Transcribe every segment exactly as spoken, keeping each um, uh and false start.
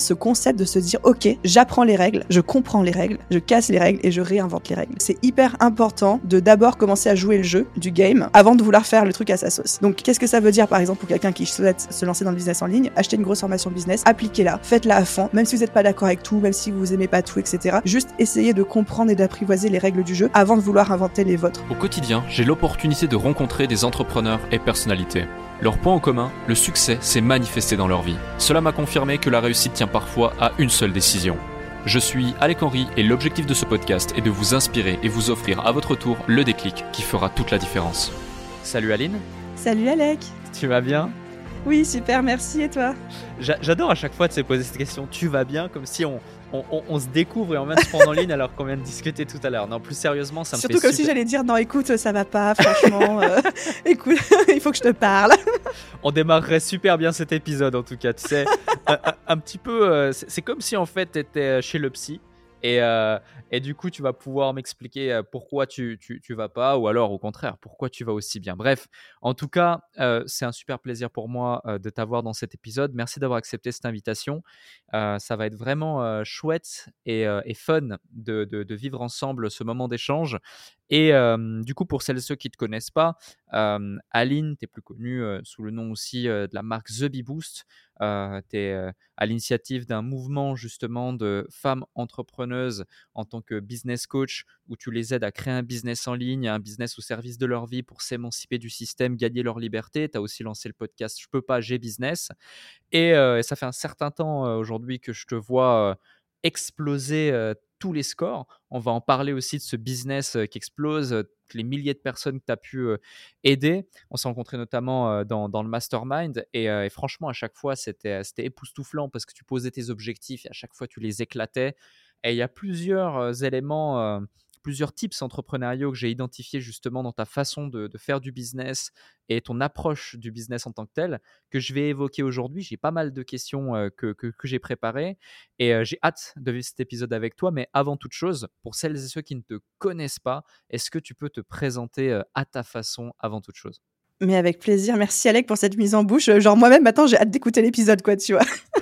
ce concept de se dire ok, j'apprends les règles, je comprends les règles, je casse les règles et je réinvente les règles. C'est hyper important de d'abord commencer à jouer le jeu du game avant de vouloir faire le truc à sa sauce. Donc qu'est-ce que ça veut dire par exemple pour quelqu'un qui souhaite se lancer dans le business en ligne? Achetez une grosse formation business, appliquez-la, faites-la à fond, même si vous n'êtes pas d'accord avec tout, même si vous aimez pas tout, et cetera. Juste essayez de comprendre et d'apprivoiser les règles du jeu avant de vouloir inventer les vôtres. Au quotidien, j'ai l'opportunité de rencontrer des entrepreneurs et personnalités. Leur point en commun, le succès s'est manifesté dans leur vie. Cela m'a confirmé que la réussite tient parfois à une seule décision. Je suis Alec Henry et l'objectif de ce podcast est de vous inspirer et vous offrir à votre tour le déclic qui fera toute la différence. Salut Aline. Salut Alec. Tu vas bien? Oui, super, merci, et toi? J'a- J'adore à chaque fois de se poser cette question, tu vas bien, comme si on, on, on, on se découvre et on vient de se prendre en ligne alors qu'on vient de discuter tout à l'heure. Non, plus sérieusement, ça me Surtout fait comme super... si j'allais dire non, écoute, ça va pas, franchement, euh, écoute, il faut que je te parle. On démarrerait super bien cet épisode en tout cas, tu sais, un, un, un petit peu, euh, c'est, c'est comme si en fait tu étais chez le psy. Et, euh, et du coup, tu vas pouvoir m'expliquer pourquoi tu, tu, tu vas pas, ou alors au contraire, pourquoi tu vas aussi bien. Bref, en tout cas, euh, c'est un super plaisir pour moi euh, de t'avoir dans cet épisode. Merci d'avoir accepté cette invitation. Euh, ça va être vraiment euh, chouette et, euh, et fun de, de, de vivre ensemble ce moment d'échange. Et euh, du coup, pour celles et ceux qui ne te connaissent pas, euh, Aline, tu es plus connue euh, sous le nom aussi euh, de la marque The Bee Boost. Euh, tu es euh, à l'initiative d'un mouvement justement de femmes entrepreneuses en tant que business coach où tu les aides à créer un business en ligne, un business au service de leur vie pour s'émanciper du système, gagner leur liberté. Tu as aussi lancé le podcast Je peux pas, j'ai business. Et, euh, et ça fait un certain temps euh, aujourd'hui que je te vois euh, exploser euh, tous les scores. On va en parler aussi de ce business euh, qui explose, euh, les milliers de personnes que tu as pu euh, aider. On s'est rencontrés notamment euh, dans, dans le mastermind et, euh, et franchement, à chaque fois, c'était, c'était époustouflant parce que tu posais tes objectifs et à chaque fois, tu les éclatais. Et il y a plusieurs euh, éléments, euh, plusieurs tips entrepreneuriaux que j'ai identifiés justement dans ta façon de, de faire du business et ton approche du business en tant que tel que je vais évoquer aujourd'hui. J'ai pas mal de questions euh, que, que, que j'ai préparées et euh, j'ai hâte de vivre cet épisode avec toi. Mais avant toute chose, pour celles et ceux qui ne te connaissent pas, est-ce que tu peux te présenter euh, à ta façon avant toute chose? Mais avec plaisir, merci Alec pour cette mise en bouche. Genre moi-même, maintenant, j'ai hâte d'écouter l'épisode, quoi, tu vois.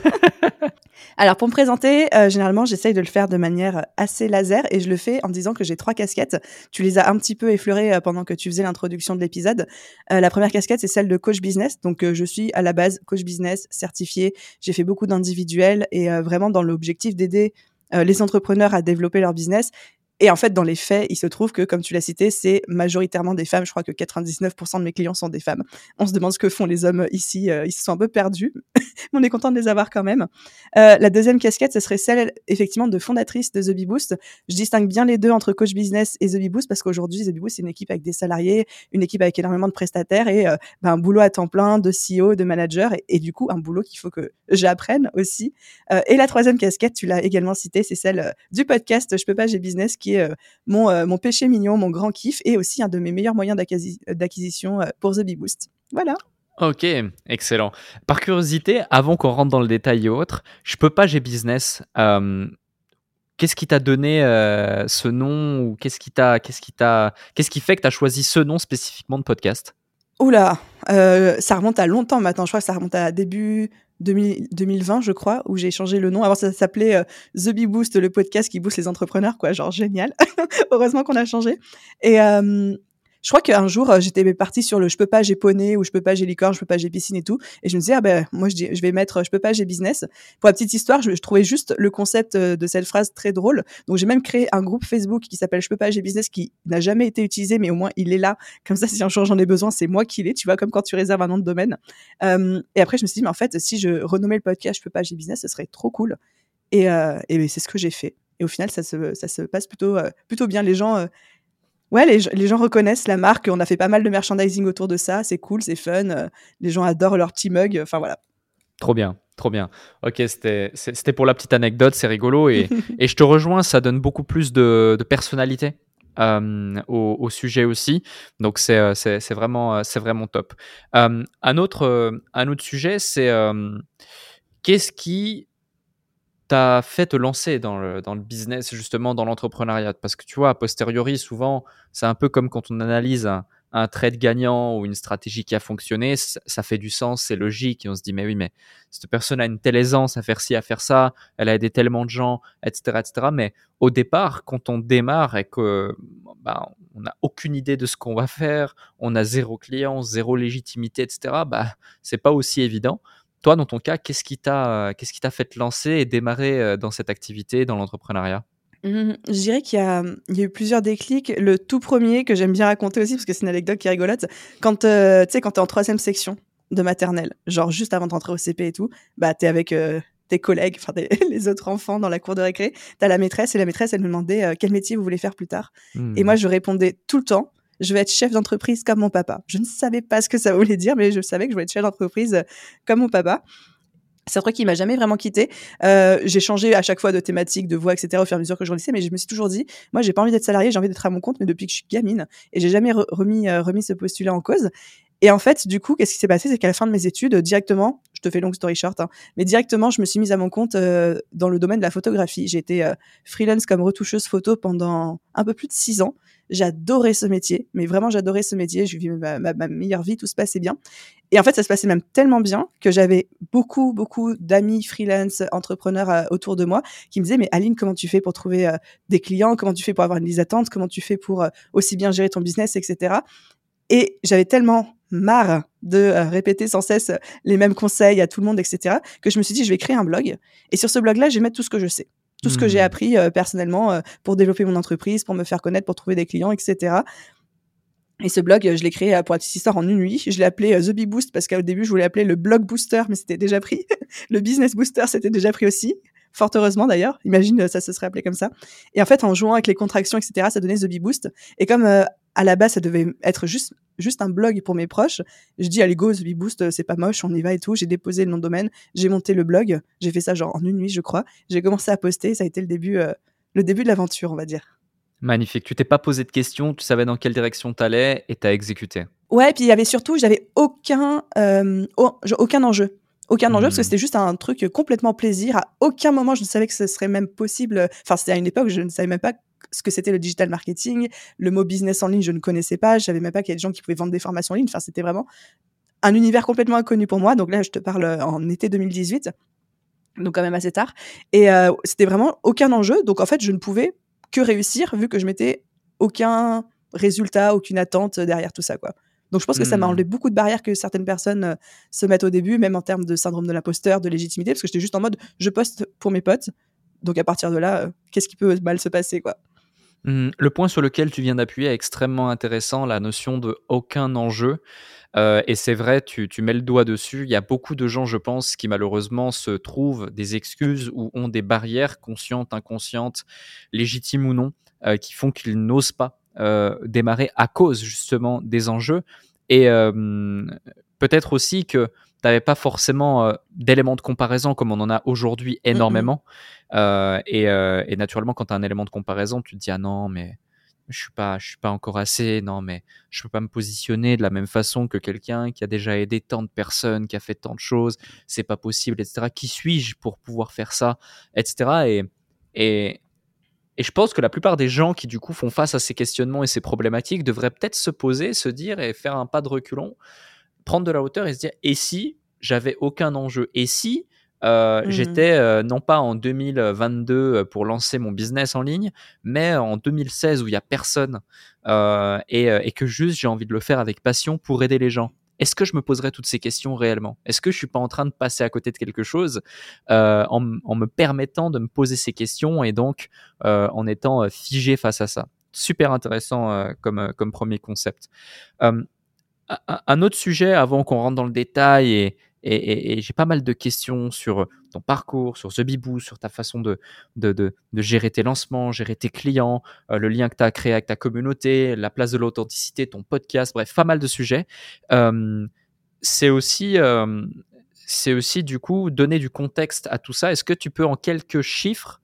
Alors, pour me présenter, euh, généralement, j'essaye de le faire de manière assez laser et je le fais en disant que j'ai trois casquettes. Tu les as un petit peu effleurées euh, pendant que tu faisais l'introduction de l'épisode. Euh, la première casquette, c'est celle de coach business. Donc, euh, je suis à la base coach business certifié. J'ai fait beaucoup d'individuels et euh, vraiment dans l'objectif d'aider euh, les entrepreneurs à développer leur business. Et en fait, dans les faits, il se trouve que, comme tu l'as cité, c'est majoritairement des femmes. Je crois que quatre-vingt-dix-neuf pour cent de mes clients sont des femmes. On se demande ce que font les hommes ici. Euh, ils se sont un peu perdus, mais on est content de les avoir quand même. Euh, la deuxième casquette, ce serait celle, effectivement, de fondatrice de The Bee Boost. Je distingue bien les deux entre coach business et The Bee Boost parce qu'aujourd'hui, The Bee Boost, c'est une équipe avec des salariés, une équipe avec énormément de prestataires et euh, ben, un boulot à temps plein de C E O, de manager et, et du coup, un boulot qu'il faut que j'apprenne aussi. Euh, et la troisième casquette, tu l'as également citée, c'est celle euh, du podcast Je peux pas, j'ai business qui est euh, mon, euh, mon péché mignon, mon grand kiff et aussi un de mes meilleurs moyens d'acquisi- d'acquisition euh, pour The Bee Boost. Voilà. Ok, excellent. Par curiosité, avant qu'on rentre dans le détail et autres, je peux pas, j'ai business. Euh, qu'est-ce qui t'a donné euh, ce nom ou qu'est-ce qui t'a, qu'est-ce qui t'a, qu'est-ce qui fait que tu as choisi ce nom spécifiquement de podcast? Oula, euh, ça remonte à longtemps maintenant. Je crois que ça remonte à début deux mille, deux mille vingt, je crois, où j'ai changé le nom. Avant, ça s'appelait euh, The Bee Boost, le podcast qui booste les entrepreneurs, quoi. Genre génial. Heureusement qu'on a changé. Et euh, je crois qu'un jour, euh, j'étais partie sur le je peux pas, j'ai poney ou je peux pas, j'ai licorne, je peux pas, j'ai piscine et tout. Et je me disais, ah ben, moi, je, dis, je vais mettre je peux pas, j'ai business. Pour la petite histoire, je, je trouvais juste le concept euh, de cette phrase très drôle. Donc, j'ai même créé un groupe Facebook qui s'appelle Je peux pas, j'ai business qui n'a jamais été utilisé, mais au moins, il est là. Comme ça, si un jour j'en ai besoin, c'est moi qui l'ai. Tu vois, comme quand tu réserves un nom de domaine. Euh, et après, je me suis dit, mais en fait, si je renommais le podcast Je peux pas, j'ai business, ce serait trop cool. Et, euh, et c'est ce que j'ai fait. Et au final, ça se, ça se passe plutôt, euh, plutôt bien. Les gens, euh, ouais, les, les gens reconnaissent la marque. On a fait pas mal de merchandising autour de ça. C'est cool, c'est fun. Euh, les gens adorent leur petit mug. Enfin, voilà. Trop bien, trop bien. Ok, c'était, c'est- c'était pour la petite anecdote, c'est rigolo et, et je te rejoins, ça donne beaucoup plus de, de personnalité euh, au, au sujet aussi. Donc c'est, euh, c'est, c'est vraiment, euh, c'est vraiment top. Euh, un autre, euh, un autre sujet, c'est euh, qu'est-ce qui t'a fait te lancer dans le, dans le business, justement dans l'entrepreneuriat? Parce que tu vois, a posteriori, souvent, c'est un peu comme quand on analyse un, un trade gagnant ou une stratégie qui a fonctionné, ça, ça fait du sens, c'est logique. Et on se dit, mais oui, mais cette personne a une telle aisance à faire ci, à faire ça, elle a aidé tellement de gens, et cetera, et cetera. Mais au départ, quand on démarre et que bah, on n'a aucune idée de ce qu'on va faire, on a zéro client, zéro légitimité, et cetera, bah, c'est pas aussi évident. Toi, dans ton cas, qu'est-ce qui t'a, qu'est-ce qui t'a fait te lancer et démarrer dans cette activité, dans l'entrepreneuriat ? Mmh, je dirais qu'il y a, il y a eu plusieurs déclics. Le tout premier que j'aime bien raconter aussi, parce que c'est une anecdote qui est rigolote, quand, euh, tu sais, quand t'es en troisième section de maternelle, genre juste avant de rentrer au C P et tout, bah t'es avec euh, tes collègues, enfin les autres enfants dans la cour de récré, t'as la maîtresse, et la maîtresse, elle me demandait euh, quel métier vous voulez faire plus tard. Mmh. Et moi, je répondais tout le temps, je vais être chef d'entreprise comme mon papa. Je ne savais pas ce que ça voulait dire, mais je savais que je voulais être chef d'entreprise euh, comme mon papa. C'est un truc qui m'a jamais vraiment quitté. Euh, j'ai changé à chaque fois de thématique, de voix, et cetera au fur et à mesure que je grandissais, mais je me suis toujours dit, moi, j'ai pas envie d'être salariée, j'ai envie d'être à mon compte, mais depuis que je suis gamine, et j'ai jamais re- remis euh, remis ce postulat en cause. Et en fait, du coup, qu'est-ce qui s'est passé, c'est qu'à la fin de mes études, directement, je te fais long story short, hein, mais directement, je me suis mise à mon compte euh, dans le domaine de la photographie. J'ai été euh, freelance comme retoucheuse photo pendant un peu plus de six ans. J'adorais ce métier, mais vraiment, j'adorais ce métier. Je vivais ma, ma, ma meilleure vie, tout se passait bien. Et en fait, ça se passait même tellement bien que j'avais beaucoup, beaucoup d'amis freelance, entrepreneurs euh, autour de moi qui me disaient, mais Aline, comment tu fais pour trouver euh, des clients? Comment tu fais pour avoir une liste d'attente? Comment tu fais pour euh, aussi bien gérer ton business, et cetera. Et j'avais tellement marre de euh, répéter sans cesse les mêmes conseils à tout le monde, et cetera, que je me suis dit, je vais créer un blog. Et sur ce blog-là, je vais mettre tout ce que je sais. Tout ce que j'ai Mmh. appris euh, personnellement euh, pour développer mon entreprise, pour me faire connaître, pour trouver des clients, et cetera. Et ce blog, je l'ai créé pour la petite histoire en une nuit. Je l'ai appelé euh, The Bee Boost parce qu'au début, je voulais l'appeler le Blog Booster, mais c'était déjà pris. Le Business Booster, c'était déjà pris aussi. Fort heureusement d'ailleurs. Imagine, ça se serait appelé comme ça. Et en fait, en jouant avec les contractions, et cetera, ça donnait The Bee Boost. Et comme euh, à la base, ça devait être juste, juste un blog pour mes proches, je dis, allez, go, The Bee Boost, c'est pas moche, on y va et tout. J'ai déposé le nom de domaine, j'ai monté le blog. J'ai fait ça genre en une nuit, je crois. J'ai commencé à poster. Ça a été le début, euh, le début de l'aventure, on va dire. Magnifique. Tu t'es pas posé de questions, tu savais dans quelle direction t'allais et t'as exécuté. Ouais, puis il y avait surtout, j'avais aucun, euh, au- aucun enjeu. Aucun enjeu, parce que Mmh. c'était juste un truc complètement plaisir. À aucun moment, je ne savais que ce serait même possible. Enfin, c'était à une époque où je ne savais même pas ce que c'était le digital marketing. Le mot business en ligne, je ne connaissais pas. Je savais même pas qu'il y avait des gens qui pouvaient vendre des formations en ligne. Enfin, c'était vraiment un univers complètement inconnu pour moi. Donc là, je te parle en été deux mille dix-huit, donc quand même assez tard. Et euh, c'était vraiment aucun enjeu. Donc en fait, je ne pouvais que réussir, vu que je m'étais aucun résultat, aucune attente derrière tout ça, quoi. Donc je pense que ça m'a Mmh. enlevé beaucoup de barrières que certaines personnes euh, se mettent au début, même en termes de syndrome de l'imposteur, de légitimité, parce que j'étais juste en mode, je poste pour mes potes. Donc à partir de là, euh, qu'est-ce qui peut mal se passer, quoi. Mmh. Le point sur lequel tu viens d'appuyer est extrêmement intéressant, la notion de aucun enjeu. Euh, et c'est vrai, tu, tu mets le doigt dessus. Il y a beaucoup de gens, je pense, qui malheureusement se trouvent des excuses ou ont des barrières conscientes, inconscientes, légitimes ou non, euh, qui font qu'ils n'osent pas euh, démarrer à cause justement des enjeux. Et euh, peut-être aussi que tu n'avais pas forcément euh, d'éléments de comparaison comme on en a aujourd'hui énormément. Euh, et, euh, et naturellement, quand tu as un élément de comparaison, tu te dis ah non, mais je suis pas, je suis pas encore assez. Non, mais je peux pas me positionner de la même façon que quelqu'un qui a déjà aidé tant de personnes, qui a fait tant de choses. C'est pas possible, et cetera. Qui suis-je pour pouvoir faire ça, et cetera. Et, et, et je pense que la plupart des gens qui du coup font face à ces questionnements et ces problématiques devraient peut-être se poser, se dire et faire un pas de reculon, prendre de la hauteur et se dire et si j'avais aucun enjeu, et si euh, Mm. j'étais euh, non pas en deux mille vingt-deux pour lancer mon business en ligne, mais en deux mille seize où il y a personne euh, et, et que juste j'ai envie de le faire avec passion pour aider les gens. Est-ce que je me poserais toutes ces questions réellement? Est-ce que je suis pas en train de passer à côté de quelque chose euh, en, m- en me permettant de me poser ces questions et donc euh, en étant euh, figé face à ça? Super intéressant euh, comme, euh, comme premier concept. Euh, un un autre sujet avant qu'on rentre dans le détail et et et et j'ai pas mal de questions sur ton parcours, sur The Bee Boost, sur ta façon de de de de gérer tes lancements, gérer tes clients, heu, le lien que tu as créé avec ta communauté, la place de l'authenticité, ton podcast, bref, pas mal de sujets. Hem, c'est aussi, hem, c'est aussi du coup donner du contexte à tout ça. Est-ce que tu peux en quelques chiffres,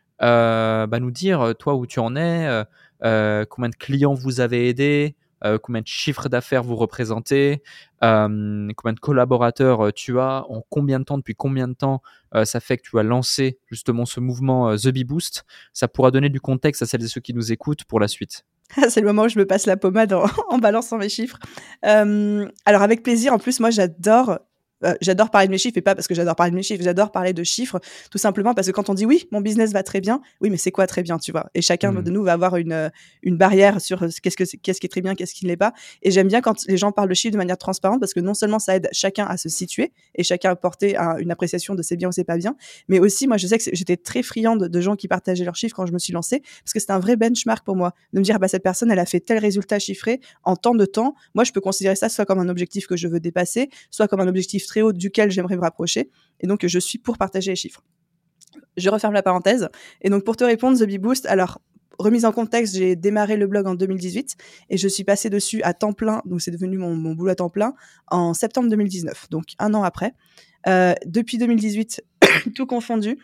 Heu, bah, nous dire, heu, toi, où tu en es, heu heu, combien de clients vous avez aidés, heu, combien de chiffre d'affaires vous représentez, hem, combien de collaborateurs, heu, tu as, en combien de temps, depuis combien de temps, heu, ça fait que tu as lancé justement ce mouvement, heu, The Bee Boost? Ça pourra donner du contexte à celles et ceux qui nous écoutent pour la suite. C'est le moment où je me passe la pommade en, en balançant mes chiffres. Euh, alors avec plaisir, en plus moi j'adore euh, j'adore parler de mes chiffres, et pas parce que j'adore parler de mes chiffres, j'adore parler de chiffres, tout simplement parce que quand on dit oui, mon business va très bien, oui mais c'est quoi très bien, tu vois, et chacun Mmh. de nous va avoir une, euh, une barrière sur euh, qu'est-ce, que c'est- qu'est-ce qui est très bien, qu'est-ce qui ne l'est pas, et j'aime bien quand les gens parlent de chiffres de manière transparente, parce que non seulement ça aide chacun à se situer, et chacun à porter un- une appréciation de c'est bien ou c'est pas bien, mais aussi moi je sais que c'est- j'étais très friande de gens qui partageaient leurs chiffres quand je me suis lancée, parce que c'était un vrai benchmark pour moi, de me dire bah cette personne elle a fait tel résultat chiffré en tant de temps, moi je peux considérer ça soit comme un objectif que je veux dépasser, soit comme un objectif très haut duquel j'aimerais me rapprocher, et donc je suis pour partager les chiffres. Je referme la parenthèse, et donc pour te répondre, The Bee Boost, alors remise en contexte, j'ai démarré le blog en deux mille dix-huit et je suis passée dessus à temps plein, donc c'est devenu mon, mon boulot à temps plein en septembre deux mille dix-neuf, donc un an après. Euh, depuis deux mille dix-huit, tout confondu,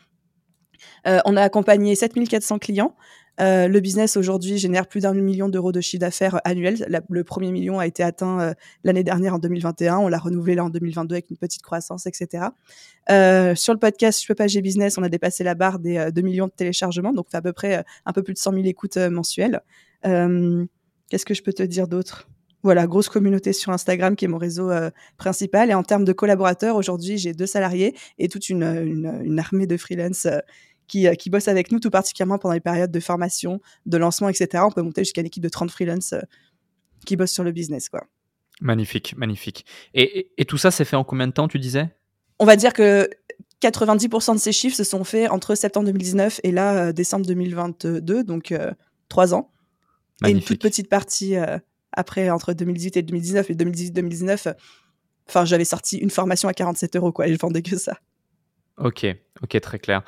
euh, on a accompagné sept mille quatre cents clients. Euh, le business aujourd'hui génère plus d'un million d'euros de chiffre d'affaires annuel. La, le premier million a été atteint euh, l'année dernière en deux mille vingt et un. On l'a renouvelé là en deux mille vingt-deux avec une petite croissance, et cetera. Euh, sur le podcast Je peux pas, j'ai business, on a dépassé la barre des euh, deux millions de téléchargements, donc on fait à peu près euh, un peu plus de cent mille écoutes euh, mensuelles. Euh, qu'est-ce que je peux te dire d'autre ? Voilà, grosse communauté sur Instagram qui est mon réseau euh, principal. Et en termes de collaborateurs, aujourd'hui, j'ai deux salariés et toute une, une, une armée de freelance euh, qui, euh, qui bossent avec nous, tout particulièrement pendant les périodes de formation, de lancement, et cetera. On peut monter jusqu'à une équipe de trente freelance euh, qui bossent sur le business, quoi. Magnifique, magnifique. Et, et, et tout ça, c'est fait en combien de temps, tu disais ? On va dire que quatre-vingt-dix pour cent de ces chiffres se sont faits entre septembre deux mille dix-neuf et là, euh, décembre deux mille vingt-deux, donc euh, trois ans. Magnifique. Et une toute petite partie euh, après, entre deux mille dix-huit et deux mille dix-neuf. Et deux mille dix-huit deux mille dix-neuf, enfin, euh, j'avais sorti une formation à quarante-sept euros, quoi, et je vendais que ça. Ok, ok, très clair.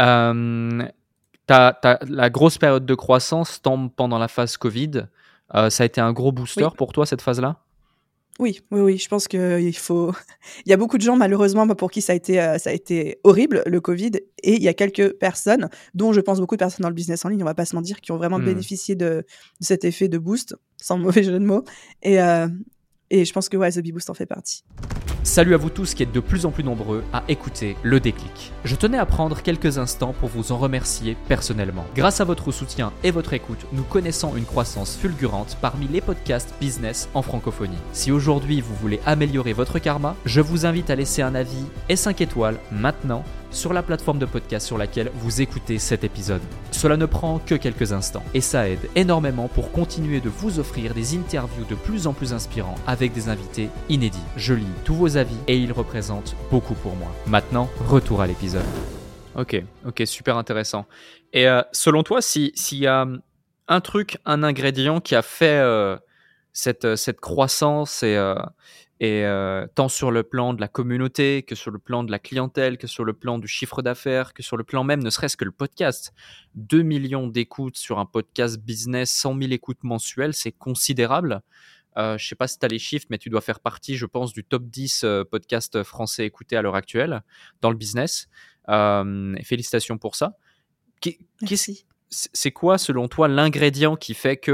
Euh, t'as, t'as, la grosse période de croissance tombe pendant la phase Covid. Euh, ça a été un gros booster Oui. pour toi, cette phase-là ? Oui, oui, oui. Je pense qu'il faut. Il y a beaucoup de gens, malheureusement, pour qui ça a été, euh, ça a été horrible, le Covid. Et il y a quelques personnes, dont je pense beaucoup de personnes dans le business en ligne, on va pas se mentir, qui ont vraiment Hmm. bénéficié de, de cet effet de boost, sans mauvais jeu de mots. Et, euh, et je pense que ouais, The Bee Boost en fait partie. Salut à vous tous qui êtes de plus en plus nombreux à écouter Le Déclic. Je tenais à prendre quelques instants pour vous en remercier personnellement. Grâce à votre soutien et votre écoute, nous connaissons une croissance fulgurante parmi les podcasts business en francophonie. Si aujourd'hui vous voulez améliorer votre karma, je vous invite à laisser un avis et cinq étoiles maintenant sur la plateforme de podcast sur laquelle vous écoutez cet épisode. Cela ne prend que quelques instants et ça aide énormément pour continuer de vous offrir des interviews de plus en plus inspirants avec des invités inédits. Je lis tous vos avis et ils représentent beaucoup pour moi. Maintenant, retour à l'épisode. Ok, ok, super intéressant. Et euh, selon toi, si, s'il y a un truc, un ingrédient qui a fait euh, cette, cette croissance et... Euh, Et euh, tant sur le plan de la communauté, que sur le plan de la clientèle, que sur le plan du chiffre d'affaires, que sur le plan même, ne serait-ce que le podcast. deux millions d'écoutes sur un podcast business, cent mille écoutes mensuelles, c'est considérable. Euh, je ne sais pas si tu as les chiffres, mais tu dois faire partie, je pense, du top dix euh, podcasts français écoutés à l'heure actuelle dans le business. Euh, et félicitations pour ça. Qu'est- Merci. C'est quoi, selon toi, l'ingrédient qui fait que...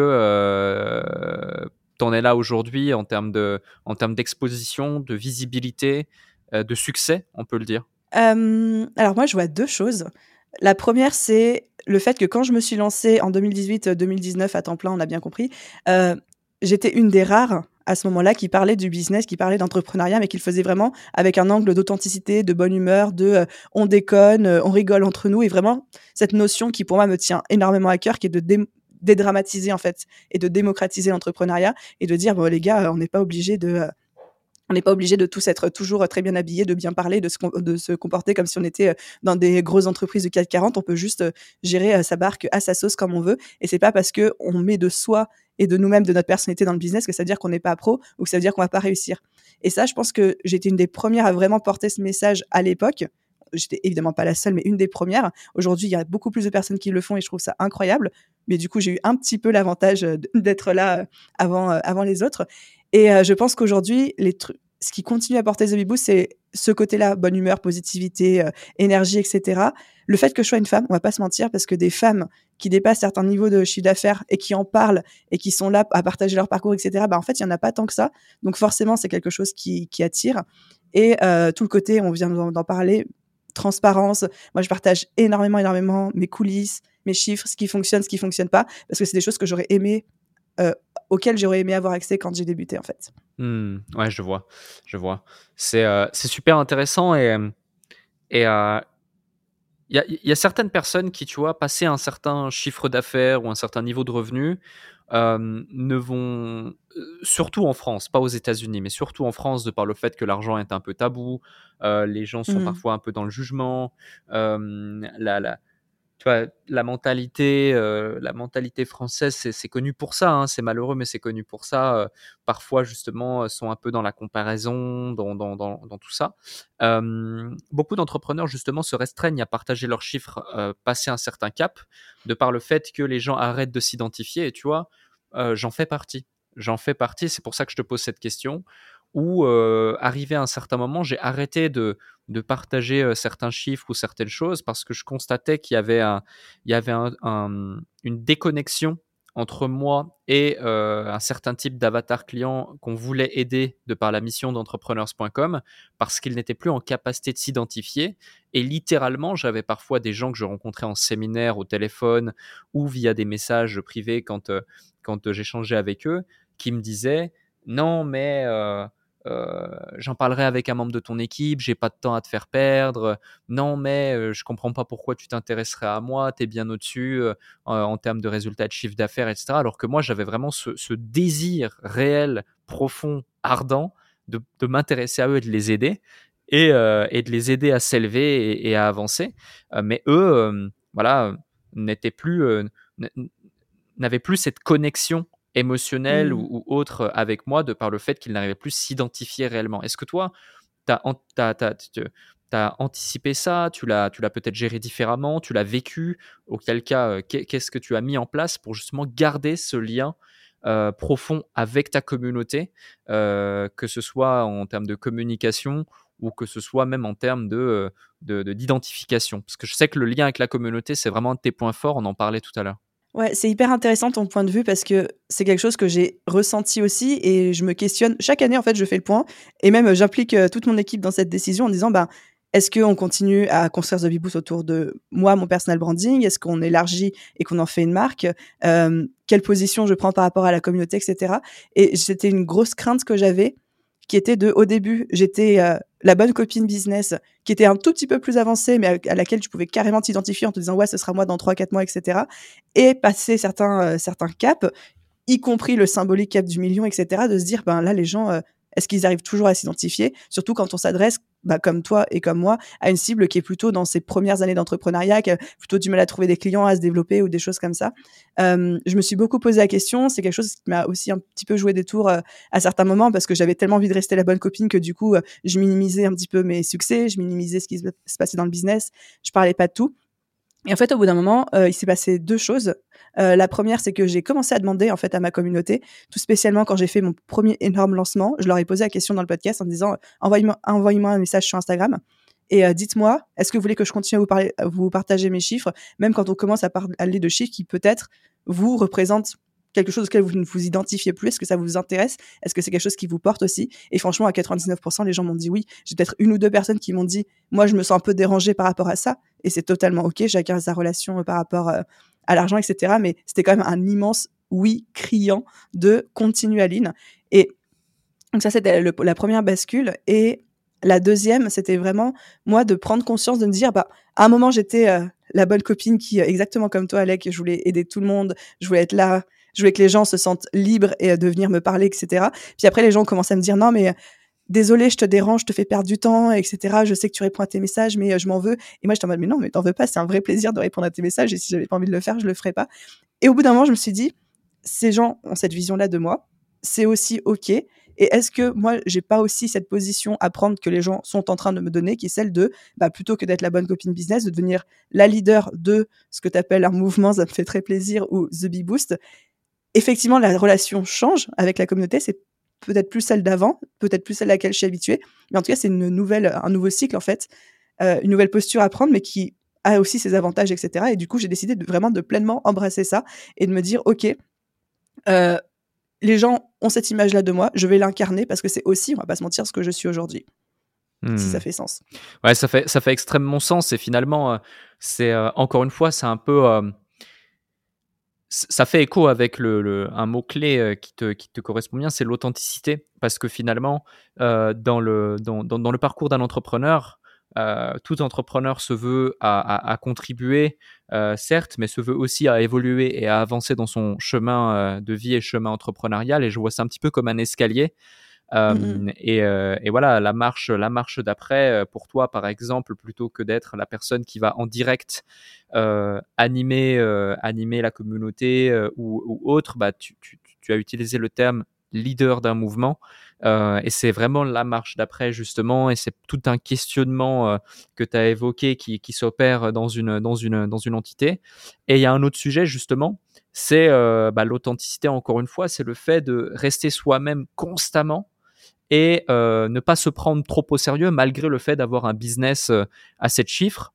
Euh, t'en es là aujourd'hui en termes de, en termes d'exposition, de visibilité, euh, de succès, on peut le dire? Euh, alors moi, je vois deux choses. La première, c'est le fait que quand je me suis lancée en deux mille dix-huit deux mille dix-neuf à temps plein, on a bien compris, euh, j'étais une des rares à ce moment-là qui parlait du business, qui parlait d'entrepreneuriat, mais qui le faisait vraiment avec un angle d'authenticité, de bonne humeur, de euh, on déconne, euh, on rigole entre nous, et vraiment cette notion qui pour moi me tient énormément à cœur, qui est de dé- dédramatiser en fait et de démocratiser l'entrepreneuriat et de dire bon les gars, on n'est pas obligé de euh, on n'est pas obligé de tous être toujours très bien habillés, de bien parler, de se, com- de se comporter comme si on était euh, dans des grosses entreprises du C A C quarante. On peut juste euh, gérer euh, sa barque à sa sauce comme on veut. Et c'est pas parce que on met de soi et de nous-mêmes, de notre personnalité dans le business, que ça veut dire qu'on n'est pas pro ou que ça veut dire qu'on va pas réussir. Et ça, je pense que j'étais une des premières à vraiment porter ce message à l'époque. J'étais évidemment pas la seule, mais une des premières. Aujourd'hui, il y a beaucoup plus de personnes qui le font et je trouve ça incroyable. Mais du coup, j'ai eu un petit peu l'avantage euh, d'être là euh, avant, euh, avant les autres. Et euh, je pense qu'aujourd'hui, les trucs, ce qui continue à porter The Bee Boost, c'est ce côté-là, bonne humeur, positivité, euh, énergie, et cetera. Le fait que je sois une femme, on va pas se mentir, parce que des femmes qui dépassent certains niveaux de chiffre d'affaires et qui en parlent et qui sont là à partager leur parcours, et cetera, bah en fait, il y en a pas tant que ça. Donc forcément, c'est quelque chose qui, qui attire. Et euh, tout le côté, on vient d'en, d'en parler, transparence. Moi, je partage énormément, énormément mes coulisses, mes chiffres, ce qui fonctionne, ce qui fonctionne pas, parce que c'est des choses que j'aurais aimé euh, auxquels j'aurais aimé avoir accès quand j'ai débuté, en fait. Hmm, ouais, je vois, je vois. C'est euh, c'est super intéressant et et euh, il y a, il y a certaines personnes qui, tu vois, passer un certain chiffre d'affaires ou un certain niveau de revenu, euh, ne vont, euh, surtout en France, pas aux États-Unis, mais surtout en France, de par le fait que l'argent est un peu tabou, euh, les gens sont Mhm. parfois un peu dans le jugement, euh, la, la, tu vois, la mentalité, euh, la mentalité française, c'est, c'est connu pour ça, hein, c'est malheureux, mais c'est connu pour ça. euh, parfois, justement, euh, sont un peu dans la comparaison, dans, dans, dans, dans tout ça. Euh, beaucoup d'entrepreneurs, justement, se restreignent à partager leurs chiffres euh, passé un certain cap, de par le fait que les gens arrêtent de s'identifier. Et tu vois, euh, j'en fais partie. J'en fais partie, c'est pour ça que je te pose cette question. Où, euh, arrivé à un certain moment, j'ai arrêté de, de partager euh, certains chiffres ou certaines choses parce que je constatais qu'il y avait, un, il y avait un, un, une déconnexion entre moi et euh, un certain type d'avatar client qu'on voulait aider de par la mission d'entrepreneurs point com parce qu'ils n'étaient plus en capacité de s'identifier. Et littéralement, j'avais parfois des gens que je rencontrais en séminaire, au téléphone ou via des messages privés quand, euh, quand euh, j'échangeais avec eux, qui me disaient non, mais euh, euh, j'en parlerai avec un membre de ton équipe, j'ai pas de temps à te faire perdre. Non, mais euh, je comprends pas pourquoi tu t'intéresserais à moi, t'es bien au-dessus euh, en termes de résultats de chiffre d'affaires, et cetera. Alors que moi, j'avais vraiment ce, ce désir réel, profond, ardent de, de m'intéresser à eux et de les aider et, euh, et de les aider à s'élever et, et à avancer. Euh, mais eux, euh, voilà, n'étaient plus, euh, n- n'avaient plus cette connexion émotionnelle ou, Mhm. ou autre avec moi de par le fait qu'ils n'arrivaient plus à s'identifier réellement. Est-ce que toi, tu as anticipé ça, tu l'as, tu l'as peut-être géré différemment, tu l'as vécu, auquel cas, euh, qu'est- qu'est-ce que tu as mis en place pour justement garder ce lien euh, profond avec ta communauté, euh, que ce soit en termes de communication ou que ce soit même en termes de, euh, de, de- d'identification. Parce que je sais que le lien avec la communauté, c'est vraiment un de tes points forts, on en parlait tout à l'heure. Ouais, c'est hyper intéressant ton point de vue parce que c'est quelque chose que j'ai ressenti aussi et je me questionne. Chaque année, en fait, je fais le point et même euh, j'implique euh, toute mon équipe dans cette décision en disant, ben, est-ce qu'on continue à construire The Bee Boost autour de moi, mon personal branding? Est-ce qu'on élargit et qu'on en fait une marque? Euh, quelle position je prends par rapport à la communauté, et cetera. Et c'était une grosse crainte que j'avais qui était de, au début, j'étais euh, la bonne copine business qui était un tout petit peu plus avancée, mais à, à laquelle tu pouvais carrément t'identifier en te disant, ouais, ce sera moi dans trois quatre mois, et cetera. Et passer certains, euh, certains caps, y compris le symbolique cap du million, et cetera, de se dire, ben là, les gens, euh, est-ce qu'ils arrivent toujours à s'identifier? Surtout quand on s'adresse, bah, comme toi et comme moi, à une cible qui est plutôt dans ses premières années d'entrepreneuriat, qui a plutôt du mal à trouver des clients, à se développer ou des choses comme ça. Euh, je me suis beaucoup posé la question. C'est quelque chose qui m'a aussi un petit peu joué des tours euh, à certains moments parce que j'avais tellement envie de rester la bonne copine que du coup, euh, je minimisais un petit peu mes succès, je minimisais ce qui se se passait dans le business. Je parlais pas de tout. Et en fait, au bout d'un moment, euh, il s'est passé deux choses. Euh, la première, c'est que j'ai commencé à demander en fait à ma communauté, tout spécialement quand j'ai fait mon premier énorme lancement, je leur ai posé la question dans le podcast en disant euh, envoyez-moi, envoyez-moi un message sur Instagram et euh, dites-moi, est-ce que vous voulez que je continue à vous, parler, à vous partager mes chiffres, même quand on commence à parler de chiffres qui peut-être vous représentent quelque chose auquel vous ne vous identifiez plus. Est-ce que ça vous intéresse? Est-ce que c'est quelque chose qui vous porte aussi? Et franchement, à quatre-vingt-dix-neuf pour cent, les gens m'ont dit oui. J'ai peut-être une ou deux personnes qui m'ont dit, moi, je me sens un peu dérangée par rapport à ça. Et c'est totalement OK. Chacun a sa relation par rapport euh, à l'argent, et cetera. Mais c'était quand même un immense oui criant de continue Aline. Et donc ça, c'était le, la première bascule. Et la deuxième, c'était vraiment, moi, de prendre conscience, de me dire, bah, à un moment, j'étais euh, la bonne copine qui, exactement comme toi, Alec, je voulais aider tout le monde, je voulais être là, je voulais que les gens se sentent libres et euh, de venir me parler, et cetera. Puis après, les gens commencent à me dire, non, mais désolé, je te dérange, je te fais perdre du temps, et cetera. Je sais que tu réponds à tes messages, mais euh, je m'en veux. Et moi, j'étais en mode, mais non, mais t'en veux pas, c'est un vrai plaisir de répondre à tes messages. Et si j'avais pas envie de le faire, je le ferais pas. Et au bout d'un moment, je me suis dit, ces gens ont cette vision-là de moi, c'est aussi OK. Et est-ce que moi, j'ai pas aussi cette position à prendre que les gens sont en train de me donner, qui est celle de, bah, plutôt que d'être la bonne copine business, de devenir la leader de ce que tu appelles un mouvement, ça me fait très plaisir, ou The Bee Boost. Effectivement, la relation change avec la communauté, c'est peut-être plus celle d'avant, peut-être plus celle à laquelle je suis habituée, mais en tout cas, c'est une nouvelle, un nouveau cycle, en fait, euh, une nouvelle posture à prendre, mais qui a aussi ses avantages, et cetera. Et du coup, j'ai décidé de vraiment de pleinement embrasser ça et de me dire, OK, euh, les gens ont cette image-là de moi, je vais l'incarner parce que c'est aussi, on va pas se mentir, ce que je suis aujourd'hui, si Hmm. ça fait sens. Ouais, ça fait, ça fait extrêmement sens et finalement, euh, c'est euh, encore une fois, c'est un peu, euh, ça fait écho avec le, le, un mot-clé euh, qui te, qui te correspond bien, c'est l'authenticité. Parce que finalement, euh, dans, le, dans, dans, dans le parcours d'un entrepreneur, euh, tout entrepreneur se veut à, à, à contribuer, euh, certes, mais se veut aussi à évoluer et à avancer dans son chemin euh, de vie et chemin entrepreneurial. Et je vois ça un petit peu comme un escalier. Mmh Euh, et, euh, et voilà, la marche, la marche d'après, euh, pour toi, par exemple, plutôt que d'être la personne qui va en direct euh, animer, euh, animer la communauté euh, ou, ou autre, bah, tu, tu, tu as utilisé le terme leader d'un mouvement. Euh, et c'est vraiment la marche d'après, justement, et c'est tout un questionnement euh, que tu as évoqué qui, qui s'opère dans une, dans, une, dans une entité. Et il y a un autre sujet, justement, c'est euh, bah, l'authenticité, encore une fois, c'est le fait de rester soi-même constamment et euh, ne pas se prendre trop au sérieux malgré le fait d'avoir un business euh, à sept chiffres.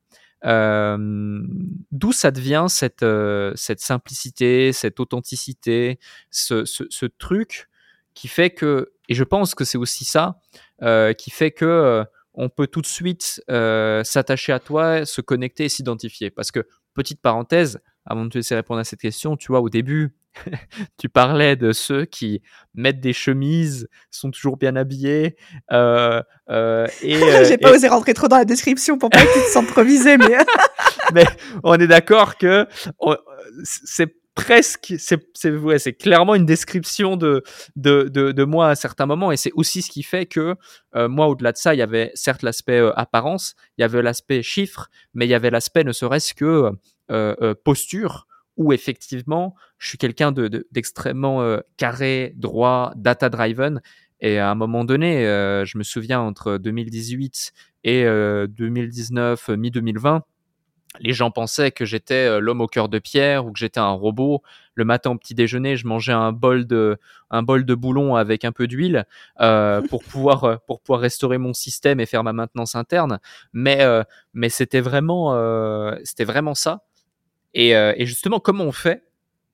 Euh, D'où ça devient cette, euh, cette simplicité, cette authenticité, ce, ce, ce truc qui fait que, et je pense que c'est aussi ça, euh, qui fait que euh, on peut tout de suite euh, s'attacher à toi, se connecter et s'identifier. Parce que, petite parenthèse, avant de te laisser répondre à cette question, tu vois, au début, tu parlais de ceux qui mettent des chemises, sont toujours bien habillés, euh, euh, et, euh, J'ai pas et... osé rentrer trop dans la description pour pas que tu te sentes trop visé, mais mais on est d'accord que on, c'est presque, c'est, c'est, ouais, c'est clairement une description de, de, de, de moi à certains moments, et c'est aussi ce qui fait que euh, moi, au-delà de ça, il y avait certes l'aspect euh, apparence, il y avait l'aspect chiffre, mais il y avait l'aspect ne serait-ce que euh, euh, posture, où effectivement, je suis quelqu'un de, de, d'extrêmement euh, carré, droit, data-driven. Et à un moment donné, euh, je me souviens entre deux mille dix-huit et euh, deux mille dix-neuf, mi-deux mille vingt, les gens pensaient que j'étais euh, l'homme au cœur de pierre ou que j'étais un robot. Le matin au petit déjeuner, je mangeais un bol de, un bol de boulon avec un peu d'huile euh, pour pouvoir, euh, pour pouvoir restaurer mon système et faire ma maintenance interne. Mais, euh, mais c'était vraiment, euh, c'était vraiment ça. Et, euh, et justement, comment on fait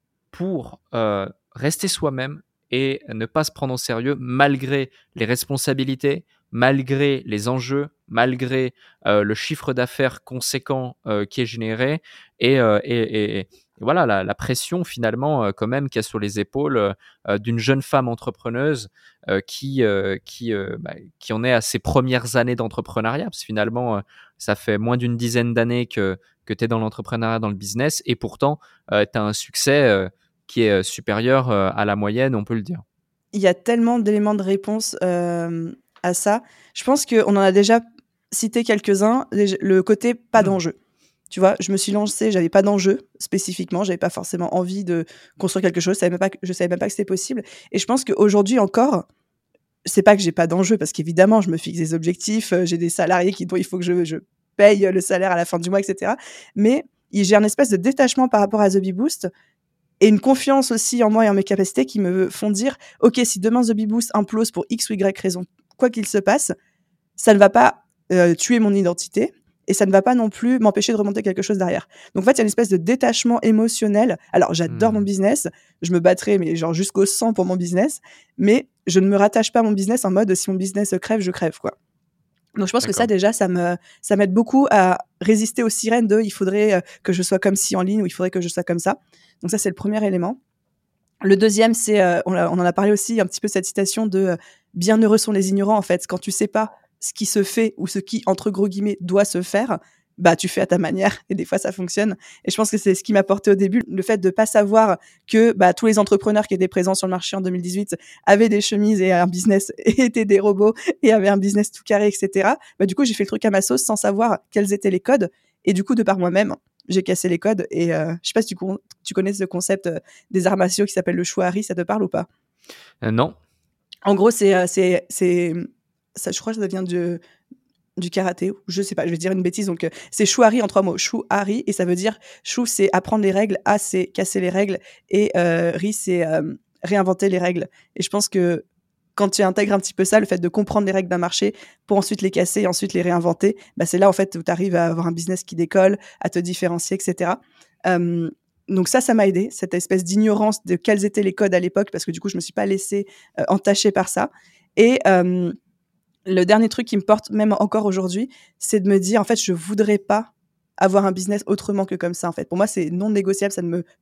pour euh, rester soi-même et ne pas se prendre au sérieux malgré les responsabilités, malgré les enjeux, malgré euh, le chiffre d'affaires conséquent euh, qui est généré et, euh, et, et, et voilà la, la pression finalement euh, quand même qu'il y a sur les épaules euh, d'une jeune femme entrepreneuse euh, qui, euh, qui, euh, bah, qui en est à ses premières années d'entrepreneuriat, parce que finalement euh, ça fait moins d'une dizaine d'années que, que tu es dans l'entrepreneuriat, dans le business, et pourtant euh, tu as un succès euh, qui est supérieur euh, à la moyenne, on peut le dire. il y a tellement d'éléments de réponse euh, à ça. Je pense qu'on en a déjà cité quelques-uns. Le côté pas d'enjeu. Tu vois, je me suis lancée, j'avais pas d'enjeu spécifiquement, j'avais pas forcément envie de construire quelque chose, je savais même pas que, je savais même pas que c'était possible. Et je pense qu'aujourd'hui encore, c'est pas que j'ai pas d'enjeu, parce qu'évidemment, je me fixe des objectifs, euh, j'ai des salariés qui, dont il faut que je, je paye le salaire à la fin du mois, et cetera. Mais j'ai un espèce de détachement par rapport à The Bee Boost et une confiance aussi en moi et en mes capacités qui me font dire, ok, si demain The Bee Boost implose pour X ou Y raison, quoi qu'il se passe, ça ne va pas euh, tuer mon identité. Et ça ne va pas non plus m'empêcher de remonter quelque chose derrière. Donc, en fait, il y a une espèce de détachement émotionnel. Alors, j'adore mmh. mon business. Je me battrai, mais genre jusqu'au sang pour mon business. Mais je ne me rattache pas à mon business en mode, si mon business crève, je crève, quoi. Donc, je pense D'accord. que ça, déjà, ça me, ça m'aide beaucoup à résister aux sirènes de, il faudrait que je sois comme ci en ligne ou il faudrait que je sois comme ça. Donc, ça, c'est le premier élément. Le deuxième, c'est, euh, on, a, on en a parlé aussi un petit peu, cette citation de euh, « Bienheureux sont les ignorants », en fait. Quand tu sais pas ce qui se fait ou ce qui, entre gros guillemets, doit se faire, bah tu fais à ta manière et des fois ça fonctionne. Et je pense que c'est ce qui m'a porté au début, le fait de pas savoir que bah, tous les entrepreneurs qui étaient présents sur le marché en deux mille dix-huit avaient des chemises et un business et étaient des robots et avaient un business tout carré, et cetera. Bah, du coup, j'ai fait le truc à ma sauce sans savoir quels étaient les codes. Et du coup, de par moi-même, j'ai cassé les codes. Et euh, je sais pas si tu, con- tu connais ce concept euh, des arts martiaux qui s'appelle le Shuari, ça te parle ou pas? euh, Non. En gros, c'est... Euh, c'est, c'est ça, je crois que ça vient du, du karaté, je sais pas, je vais dire une bêtise. Donc, euh, c'est Shuari en trois mots. Shuari, et ça veut dire, Shu, c'est apprendre les règles, A, c'est casser les règles, et euh, Ri, c'est euh, réinventer les règles. Et je pense que quand tu intègres un petit peu ça, le fait de comprendre les règles d'un marché pour ensuite les casser et ensuite les réinventer, bah, c'est là, en fait, où tu arrives à avoir un business qui décolle, à te différencier, et cetera. Euh, donc ça, ça m'a aidé, cette espèce d'ignorance de quels étaient les codes à l'époque, parce que du coup, je me suis pas laissée euh, entacher par ça. Et... Euh, le dernier truc qui me porte même encore aujourd'hui, c'est de me dire, en fait, je voudrais pas avoir un business autrement que comme ça, en fait. Pour moi, c'est non négociable, ça ne me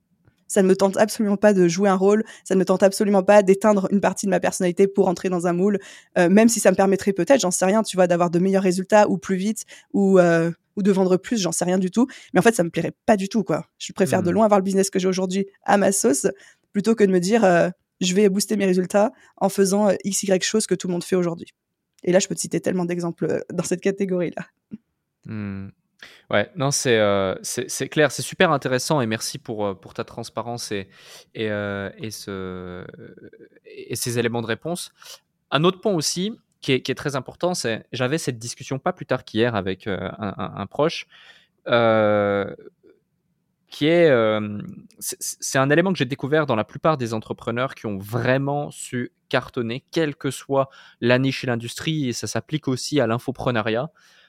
Ça ne me tente absolument pas de jouer un rôle, ça ne me tente absolument pas d'éteindre une partie de ma personnalité pour entrer dans un moule, euh, même si ça me permettrait peut-être, j'en sais rien, tu vois, d'avoir de meilleurs résultats ou plus vite ou, euh, ou de vendre plus, j'en sais rien du tout. Mais en fait, ça me plairait pas du tout, quoi. Je préfère de Hmm. loin avoir le business que j'ai aujourd'hui à ma sauce plutôt que de me dire euh, je vais booster mes résultats en faisant euh, X Y choses que tout le monde fait aujourd'hui. Et là, je peux te citer tellement d'exemples euh, dans cette catégorie-là. Hmm. Ouais, non, c'est euh, c'est c'est clair, c'est super intéressant et merci pour, euh, pour ta transparence et, et, euh, et, ce, et ces éléments de réponse. Un autre point aussi qui est, qui est très important, c'est j'avais cette discussion pas plus tard qu'hier avec euh, un, un- un proche, euh, qui est, euh, c'est c'est un élément que j'ai découvert dans la plupart des entrepreneurs qui ont vraiment su cartonner, quelle que soit la niche et l'industrie, et ça s'applique aussi à l'infopreneuriat.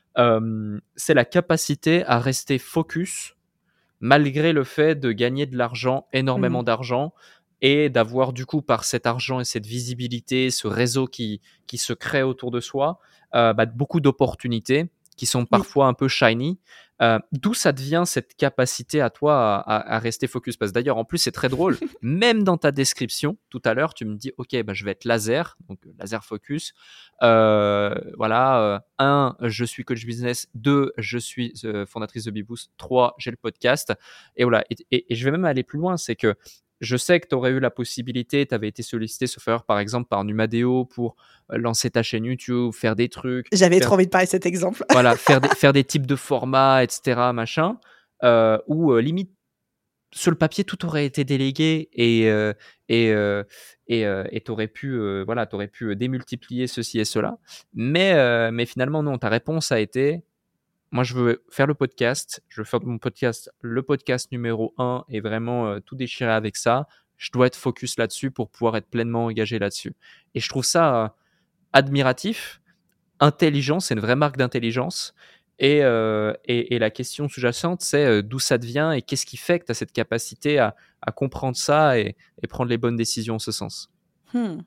Euh, c'est la capacité à rester focus malgré le fait de gagner de l'argent, énormément Mhm. d'argent, et d'avoir du coup par cet argent et cette visibilité, ce réseau qui, qui se crée autour de soi, euh, bah, beaucoup d'opportunités qui sont Oui. parfois un peu shiny. Euh, d'où ça devient cette capacité à toi à, à- à rester focus? Parce que d'ailleurs, en plus, c'est très drôle. Même dans ta description, tout à l'heure, tu me dis, OK, bah, je vais être laser, donc euh, laser focus. Euh, voilà, euh, un, je suis coach business. Deux, je suis euh, fondatrice de Beboost. Trois, j'ai le podcast. Et voilà. Et, et- et je vais même aller plus loin, c'est que je sais que tu aurais eu la possibilité, tu avais été sollicité, sauf erreur, par exemple, par Numadeo pour euh, lancer ta chaîne YouTube, faire des trucs, J'avais faire, trop envie de parler de cet exemple. voilà, faire des, faire des types de formats, et cetera, machin, euh, où euh, limite, sur le papier, tout aurait été délégué et euh, et euh, et euh, et t'aurais pu euh, voilà, t'aurais pu démultiplier ceci et cela. Mais euh, mais finalement non, ta réponse a été moi je veux faire le podcast, je veux faire de mon podcast le podcast numéro un et vraiment euh, tout déchirer avec ça. Je dois être focus là-dessus pour pouvoir être pleinement engagé là-dessus. Et je trouve ça euh, admiratif, intelligent, c'est une vraie marque d'intelligence. Et, euh, et, et la question sous-jacente, c'est euh, d'où ça devient et qu'est-ce qui fait que tu as cette capacité à, à comprendre ça et, et prendre les bonnes décisions en ce sens. Hmm.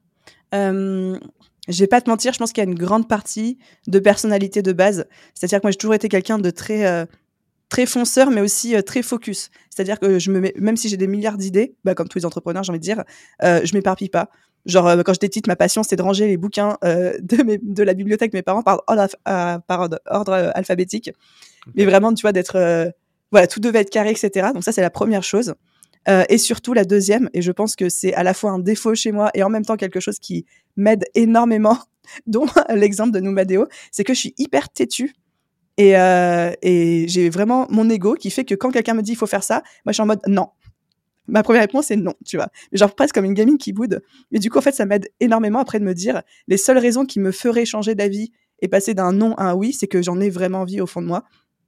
Euh, je vais pas te mentir, je pense qu'il y a une grande partie de personnalité de base. C'est-à-dire que moi, j'ai toujours été quelqu'un de très, euh, très fonceur, mais aussi euh, très focus. C'est-à-dire que je me mets, même si j'ai des milliards d'idées, bah, comme tous les entrepreneurs, j'ai envie de dire, euh, je m'éparpille pas. Genre, euh, quand j'étais petite, ma passion, c'était de ranger les bouquins euh, de, mes, de la bibliothèque de mes parents par ordre, alph- euh, par ordre, ordre, euh, alphabétique. Mais Ok. vraiment, tu vois, d'être... euh, voilà, tout devait être carré, et cetera. Donc ça, c'est la première chose. Euh, et surtout, la deuxième, et je pense que c'est à la fois un défaut chez moi et en même temps quelque chose qui m'aide énormément, dont l'exemple de Numadeo, c'est que je suis hyper têtue. Et, euh, et j'ai vraiment mon ego qui fait que quand quelqu'un me dit il faut faire ça, moi je suis en mode non. Ma première réponse c'est non, tu vois. Genre presque comme une gamine qui boude. Mais du coup, en fait, ça m'aide énormément après de me dire les seules raisons qui me feraient changer d'avis et passer d'un non à un oui, c'est que j'en ai vraiment envie au fond de moi.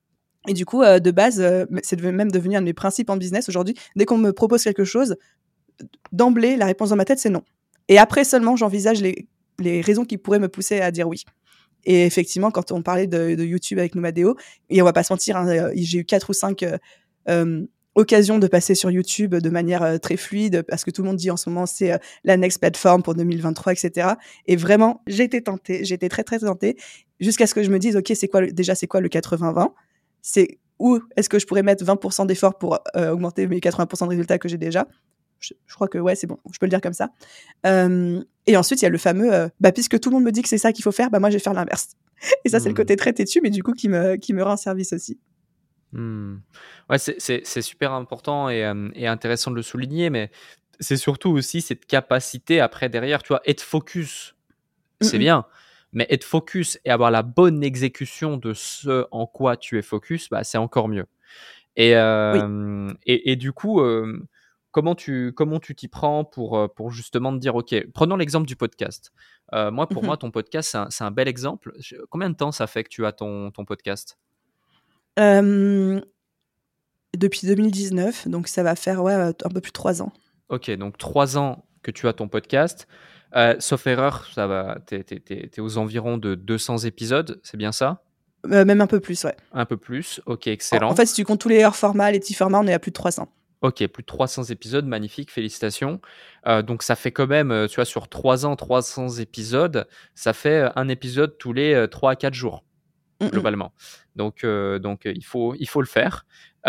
Et du coup, euh, de base, euh, c'est devenu- même devenu un de mes principes en business aujourd'hui. Dès qu'on me propose quelque chose, d'emblée, la réponse dans ma tête, c'est non. Et après seulement, j'envisage les, les raisons qui pourraient me pousser à dire oui. Et effectivement, quand on parlait de, de YouTube avec Numadeo, et on va pas se mentir, hein, euh, j'ai eu quatre ou cinq euh, euh, occasions de passer sur YouTube de manière euh, très fluide, parce que tout le monde dit en ce moment c'est euh, la next platform pour deux mille vingt-trois, et cetera. Et vraiment, j'ai été tentée, j'ai été très très tentée, jusqu'à ce que je me dise, ok, c'est quoi le- déjà c'est quoi le quatre-vingts vingt? C'est où est-ce que je pourrais mettre vingt pour cent d'efforts pour euh, augmenter mes quatre-vingts pour cent de résultats que j'ai déjà? Je, je crois que ouais, c'est bon, je peux le dire comme ça. Euh, et ensuite, il y a le fameux, euh, bah, puisque tout le monde me dit que c'est ça qu'il faut faire, bah, moi, je vais faire l'inverse. Et ça, c'est le Hmm. côté très têtu, mais du coup, qui me, qui me rend service aussi. Hmm. Ouais, c'est c'est- c'est super important et, euh, et intéressant de le souligner, mais c'est surtout aussi cette capacité après derrière, tu vois, être focus, c'est Mm-mm. bien, mais être focus et avoir la bonne exécution de ce en quoi tu es focus, bah, c'est encore mieux. Et, Oui. euh, et, et du coup, euh, comment tu comment tu t'y prends pour, euh, pour justement te dire, OK, prenons l'exemple du podcast. Euh, moi, pour Mhm. moi, ton podcast, c'est un, c'est un bel exemple. Je- Combien de temps ça fait que tu as ton, ton podcast? Euh, depuis deux mille dix-neuf, donc ça va faire ouais, un peu plus de trois ans. Ok, donc trois ans que tu as ton podcast. Euh, sauf erreur, ça va, t'es, t'es- t'es- t'es aux environs de deux cents épisodes, c'est bien ça? Euh, même un peu plus, ouais. Un peu plus. Ok, En, en excellent. fait, si tu comptes tous les hors formats, les petits formats, on est à plus de trois cents. Ok, plus de trois cents épisodes, magnifique, félicitations. Euh, donc ça fait quand même, euh, tu vois, sur trois ans, trois cents épisodes, ça fait euh, un épisode tous les euh, trois à quatre jours. Mm, mm. globalement. Donc, euh, donc il, faut, il faut le faire.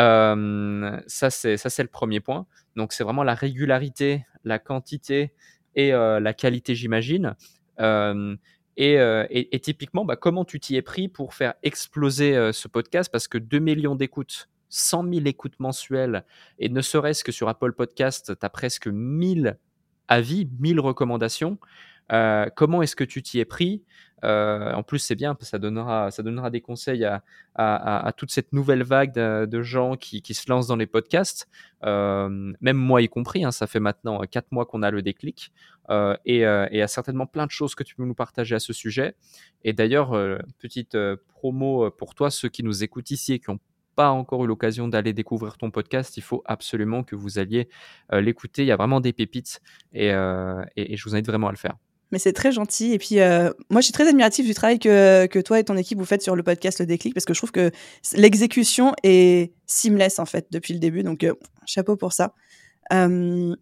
Euh, ça, c'est, ça, c'est le premier point. Donc, c'est vraiment la régularité, la quantité et euh, la qualité, j'imagine. Euh, et, euh, et, et typiquement, bah, comment tu t'y es pris pour faire exploser euh, ce podcast? Parce que deux millions d'écoutes, cent mille écoutes mensuelles, et ne serait-ce que sur Apple Podcast, tu as presque mille avis, mille recommandations. Euh, comment est-ce que tu t'y es pris? Euh, en plus, c'est bien, ça donnera, ça donnera des conseils à, à, à, à toute cette nouvelle vague de, de gens qui, qui se lancent dans les podcasts, euh, même moi y compris. Hein, ça fait maintenant quatre mois qu'on a le déclic, euh, et euh, il y a certainement plein de choses que tu peux nous partager à ce sujet. Et d'ailleurs, euh, petite euh, promo pour toi, ceux qui nous écoutent ici et qui n'ont pas encore eu l'occasion d'aller découvrir ton podcast, il faut absolument que vous alliez euh, l'écouter. Il y a vraiment des pépites, et, euh, et, et je vous invite vraiment à le faire. Mais c'est très gentil. Et puis, euh, moi, je suis très admirative du travail que, que toi et ton équipe vous faites sur le podcast Le Déclic, parce que je trouve que l'exécution est seamless, en fait, depuis le début. Donc, euh, chapeau pour ça. Euh,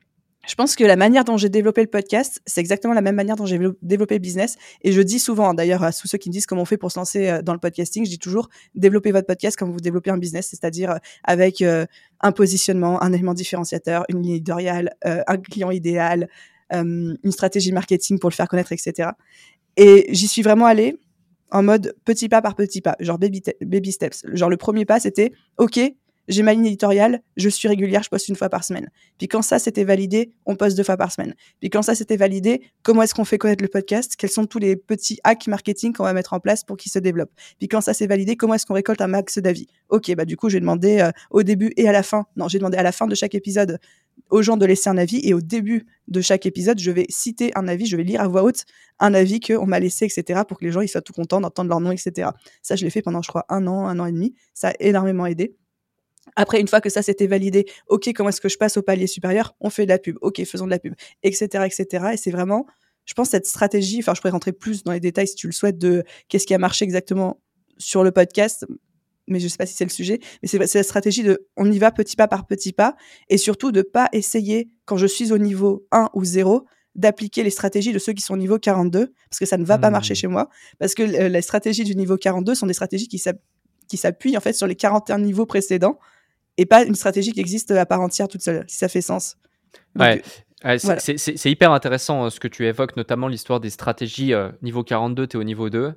je pense que la manière dont j'ai développé le podcast, c'est exactement la même manière dont j'ai développé le business. Et je dis souvent, d'ailleurs, à tous ceux qui me disent comment on fait pour se lancer dans le podcasting, je dis toujours, développez votre podcast comme vous développez un business, c'est-à-dire avec euh, un positionnement, un élément différenciateur, une ligne éditoriale, euh, un client idéal, euh, une stratégie marketing pour le faire connaître, et cetera. Et j'y suis vraiment allée en mode petit pas par petit pas, genre baby, te- baby steps. Genre le premier pas, c'était « Ok, j'ai ma ligne éditoriale, je suis régulière, je poste une fois par semaine. » Puis quand ça, c'était validé, on poste deux fois par semaine. Puis quand ça, c'était validé, comment est-ce qu'on fait connaître le podcast? Quels sont tous les petits hacks marketing qu'on va mettre en place pour qu'il se développe? Puis quand ça, c'est validé, comment est-ce qu'on récolte un max d'avis? Ok, bah du coup, j'ai demandé euh, au début et à la fin, non, j'ai demandé à la fin de chaque épisode aux gens de laisser un avis, et au début de chaque épisode, je vais citer un avis, je vais lire à voix haute un avis qu'on m'a laissé, et cetera, pour que les gens ils soient tout contents d'entendre leur nom, et cetera. Ça, je l'ai fait pendant, je crois, un an, un an et demi. Ça a énormément aidé. Après, une fois que ça s'était validé, ok, comment est-ce que je passe au palier supérieur? On fait de la pub. Ok, faisons de la pub, et cetera, et cetera. Et c'est vraiment, je pense, cette stratégie, enfin, je pourrais rentrer plus dans les détails si tu le souhaites, de qu'est-ce qui a marché exactement sur le podcast, mais je sais pas si c'est le sujet, mais c'est, c'est la stratégie de on y va petit pas par petit pas, et surtout de pas essayer, quand je suis au niveau un ou zéro, d'appliquer les stratégies de ceux qui sont au niveau quarante-deux, parce que ça ne va mmh. pas marcher chez moi, parce que euh, les stratégies du niveau quarante-deux sont des stratégies qui, s'app- qui s'appuient en fait sur les quarante et un niveaux précédents, et pas une stratégie qui existe à part entière toute seule, si ça fait sens. Donc, ouais. Ouais, c'est, voilà. c'est, c'est, c'est hyper intéressant euh, ce que tu évoques, notamment l'histoire des stratégies euh, niveau quarante-deux, tu es au niveau deux.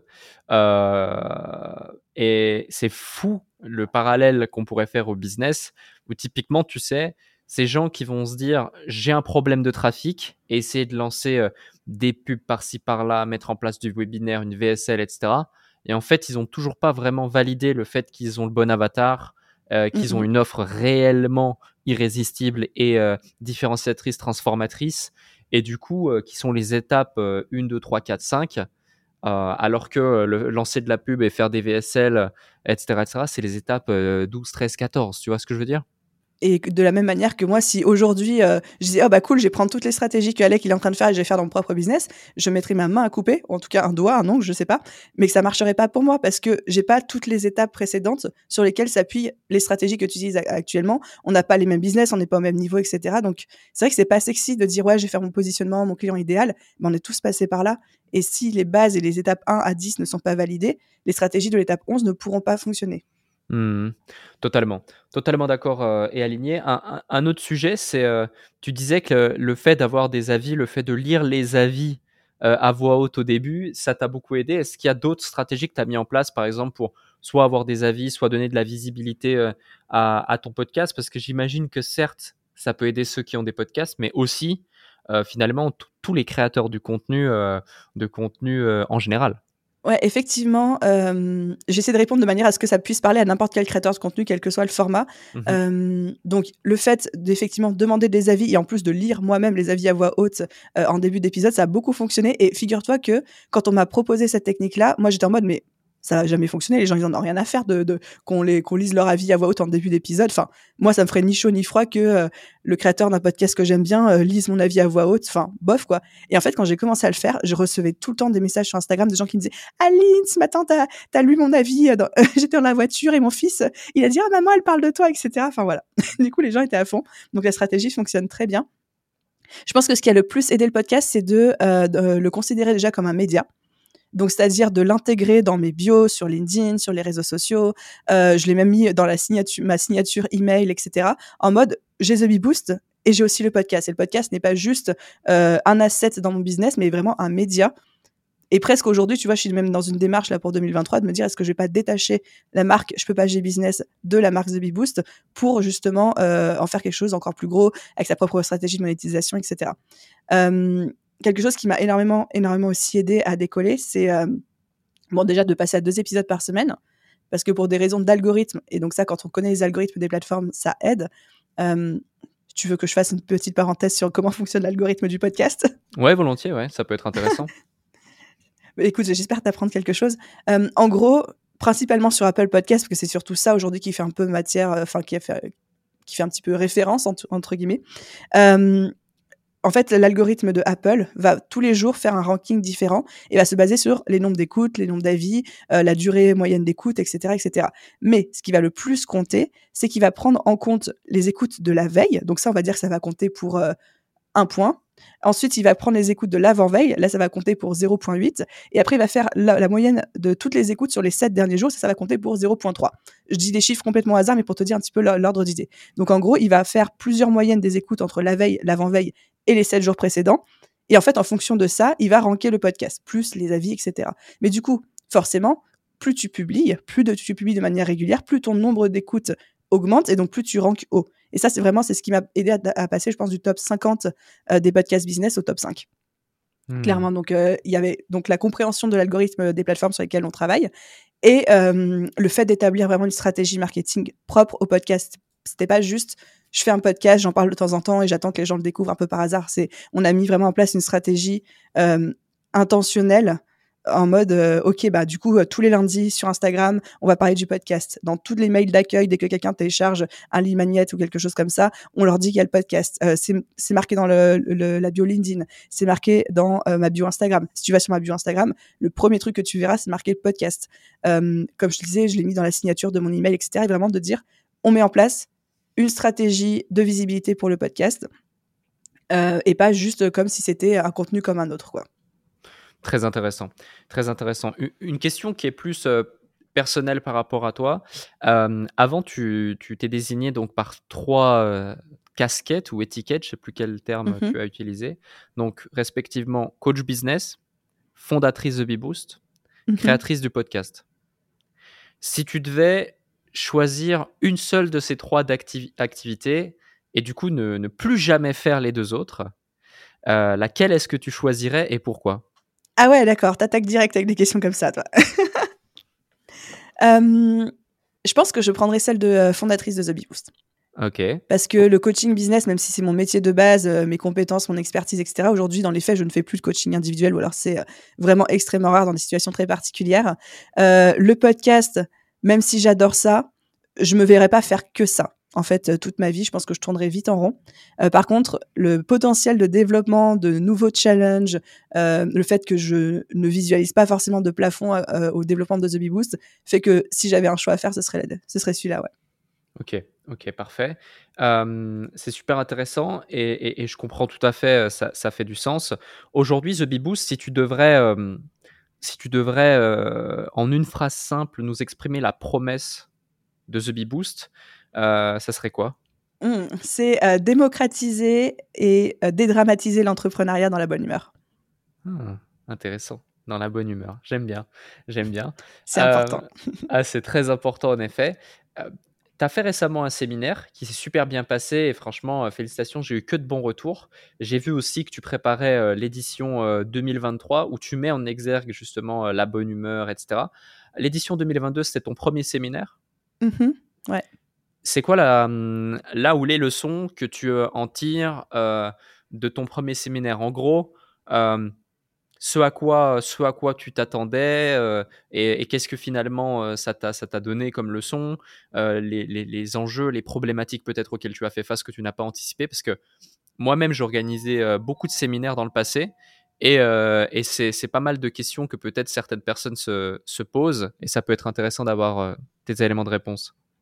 Euh, et c'est fou le parallèle qu'on pourrait faire au business, où typiquement, tu sais, ces gens qui vont se dire j'ai un problème de trafic, et essayer de lancer euh, des pubs par-ci par-là, mettre en place du webinaire, une V S L, et cetera. Et en fait, ils n'ont toujours pas vraiment validé le fait qu'ils ont le bon avatar, euh, qu'ils mm-hmm. ont une offre réellement irrésistible et euh, différenciatrice, transformatrice, et du coup, euh, qui sont les étapes euh, un, deux, trois, quatre, cinq, euh, alors que euh, le, lancer de la pub et faire des V S L, et cetera, et cetera, c'est les étapes euh, douze, treize, quatorze, tu vois ce que je veux dire? Et de la même manière que moi, si aujourd'hui, euh, je disais, oh bah cool, je vais prendre toutes les stratégies que Alec il est en train de faire et je vais faire dans mon propre business, je mettrais ma main à couper, ou en tout cas un doigt, un ongle, je sais pas, mais que ça marcherait pas pour moi parce que j'ai pas toutes les étapes précédentes sur lesquelles s'appuient les stratégies que tu utilises actuellement. On n'a pas les mêmes business, on n'est pas au même niveau, et cetera. Donc, c'est vrai que c'est pas sexy de dire, ouais, je vais faire mon positionnement, mon client idéal, mais on est tous passés par là. Et si les bases et les étapes un à dix ne sont pas validées, les stratégies de l'étape onze ne pourront pas fonctionner. Mmh, totalement, totalement d'accord euh, et aligné. Un, un, un autre sujet, c'est, euh, tu disais que le, le fait d'avoir des avis, le fait de lire les avis euh, à voix haute au début, ça t'a beaucoup aidé. Est-ce qu'il y a d'autres stratégies que tu as mis en place, par exemple, pour soit avoir des avis, soit donner de la visibilité euh, à, à ton podcast? Parce que j'imagine que certes, ça peut aider ceux qui ont des podcasts, mais aussi, euh, finalement, t- tous les créateurs du contenu, euh, de contenu euh, en général. Ouais, effectivement, euh, j'essaie de répondre de manière à ce que ça puisse parler à n'importe quel créateur de contenu, quel que soit le format. Mmh. Euh, donc, le fait d'effectivement demander des avis et en plus de lire moi-même les avis à voix haute euh, en début d'épisode, ça a beaucoup fonctionné. Et figure-toi que quand on m'a proposé cette technique-là, moi j'étais en mode, mais ça n'a jamais fonctionné, les gens ils en ont rien à faire de, de qu'on les qu'on lise leur avis à voix haute en début d'épisode. Enfin, moi ça me ferait ni chaud ni froid que euh, le créateur d'un podcast que j'aime bien euh, lise mon avis à voix haute. Enfin, bof quoi. Et en fait, quand j'ai commencé à le faire, je recevais tout le temps des messages sur Instagram de gens qui me disaient Aline, ce matin t'as t'as lu mon avis. Dans... J'étais dans la voiture et mon fils il a dit ah maman elle parle de toi, et cetera. Enfin voilà. Du coup les gens étaient à fond. Donc la stratégie fonctionne très bien. Je pense que ce qui a le plus aidé le podcast, c'est de, euh, de le considérer déjà comme un média. Donc, c'est-à-dire de l'intégrer dans mes bios sur LinkedIn, sur les réseaux sociaux. Euh, je l'ai même mis dans la signature, ma signature email, et cetera. En mode, j'ai The Bee Boost et j'ai aussi le podcast. Et le podcast n'est pas juste euh, un asset dans mon business, mais vraiment un média. Et presque aujourd'hui, tu vois, je suis même dans une démarche là pour deux mille vingt-trois de me dire est-ce que je vais pas détacher la marque Je peux pas G Business de la marque The Bee Boost pour justement euh, en faire quelque chose encore plus gros avec sa propre stratégie de monétisation, et cetera. Euh, quelque chose qui m'a énormément, énormément aussi aidé à décoller, c'est euh, bon déjà de passer à deux épisodes par semaine parce que pour des raisons d'algorithme, et donc ça, quand on connaît les algorithmes des plateformes, ça aide. Euh, tu veux que je fasse une petite parenthèse sur comment fonctionne l'algorithme du podcast ? Ouais, volontiers, ouais, ça peut être intéressant. Écoute, j'espère t'apprendre quelque chose. Euh, en gros, principalement sur Apple Podcast, parce que c'est surtout ça aujourd'hui qui fait un peu matière, enfin, euh, qui, a fait, qui fait un petit peu référence, entre, entre guillemets. Euh, en fait, l'algorithme de Apple va tous les jours faire un ranking différent et va se baser sur les nombres d'écoutes, les nombres d'avis, euh, la durée moyenne d'écoute, et cetera, et cetera. Mais ce qui va le plus compter, c'est qu'il va prendre en compte les écoutes de la veille. Donc ça, on va dire que ça va compter pour euh, un point. Ensuite, il va prendre les écoutes de l'avant-veille. Là, ça va compter pour zéro virgule huit. Et après, il va faire la, la moyenne de toutes les écoutes sur les sept derniers jours. Ça, ça va compter pour zéro virgule trois. Je dis des chiffres complètement au hasard, mais pour te dire un petit peu l'ordre d'idée. Donc, en gros, il va faire plusieurs moyennes des écoutes entre la veille, l'avant-veille et les sept jours précédents. Et en fait, en fonction de ça, il va ranker le podcast, plus les avis, et cetera. Mais du coup, forcément, plus tu publies, plus de, tu publies de manière régulière, plus ton nombre d'écoutes augmente et donc plus tu ranks haut. Et ça, c'est vraiment c'est ce qui m'a aidé à, à passer, je pense, du top cinquante euh, des podcasts business au top cinq. Mmh. Clairement, donc il euh, y avait donc la compréhension de l'algorithme des plateformes sur lesquelles on travaille et euh, le fait d'établir vraiment une stratégie marketing propre au podcast. C'était pas juste je fais un podcast, j'en parle de temps en temps et j'attends que les gens le découvrent un peu par hasard. C'est on a mis vraiment en place une stratégie euh, intentionnelle en mode euh, ok bah du coup euh, tous les lundis sur Instagram on va parler du podcast. Dans tous les mails d'accueil, dès que quelqu'un télécharge un lead magnet ou quelque chose comme ça, on leur dit qu'il y a le podcast. Euh, c'est, c'est marqué dans le, le, la bio LinkedIn, c'est marqué dans euh, ma bio Instagram. Si tu vas sur ma bio Instagram, le premier truc que tu verras c'est marqué le podcast. Euh, comme je te disais, je l'ai mis dans la signature de mon email, et cetera. Et vraiment de dire on met en place une stratégie de visibilité pour le podcast euh, et pas juste comme si c'était un contenu comme un autre, quoi. Très intéressant, très intéressant. Une question qui est plus euh, personnelle par rapport à toi. Euh, avant, tu, tu t'es désigné donc par trois euh, casquettes ou étiquettes, je ne sais plus quel terme mm-hmm. tu as utilisé. Donc, respectivement, coach business, fondatrice de Bee Boost, mm-hmm. créatrice du podcast. Si tu devais choisir une seule de ces trois d'activ- activités et du coup ne, ne plus jamais faire les deux autres, euh, laquelle est-ce que tu choisirais et pourquoi ? Ah ouais, d'accord, t'attaques direct avec des questions comme ça, toi. euh, je pense que je prendrais celle de euh, fondatrice de The Bee Boost. Ok. Parce que le coaching business, même si c'est mon métier de base, euh, mes compétences, mon expertise, et cetera, aujourd'hui, dans les faits, je ne fais plus de coaching individuel, ou alors c'est euh, vraiment extrêmement rare dans des situations très particulières. Euh, le podcast, même si j'adore ça, je me verrais pas faire que ça. En fait, toute ma vie, je pense que je tournerai vite en rond. Euh, par contre, le potentiel de développement, de nouveaux challenges, euh, le fait que je ne visualise pas forcément de plafond euh, au développement de The Bee Boost, fait que si j'avais un choix à faire, ce serait, ce serait celui-là, ouais. Ok, ok, parfait. Euh, c'est super intéressant et, et, et je comprends tout à fait, ça, ça fait du sens. Aujourd'hui, The Bee Boost, si tu devrais, euh, si tu devrais euh, en une phrase simple, nous exprimer la promesse de The Bee Boost, euh, ça serait quoi ? Mmh, c'est euh, démocratiser et euh, dédramatiser l'entrepreneuriat dans la bonne humeur. Ah, intéressant. Dans la bonne humeur. J'aime bien. J'aime bien. C'est euh, important. ah, c'est très important en effet. Euh, tu as fait récemment un séminaire qui s'est super bien passé et franchement, euh, félicitations, j'ai eu que de bons retours. J'ai vu aussi que tu préparais euh, l'édition euh, deux mille vingt-trois où tu mets en exergue justement euh, la bonne humeur, et cetera. L'édition deux mille vingt-deux, c'était ton premier séminaire ? Mmh, ouais. C'est quoi la, là où les leçons que tu en tires euh, de ton premier séminaire ? En gros, euh, ce, à quoi, ce à quoi tu t'attendais euh, et, et qu'est-ce que finalement euh, ça, t'a, ça t'a donné comme leçon, euh, les, les, les enjeux, les problématiques peut-être auxquelles tu as fait face que tu n'as pas anticipé. Parce que moi-même, j'ai organisé euh, beaucoup de séminaires dans le passé et, euh, et c'est, c'est pas mal de questions que peut-être certaines personnes se, se posent et ça peut être intéressant d'avoir euh, des éléments de réponse.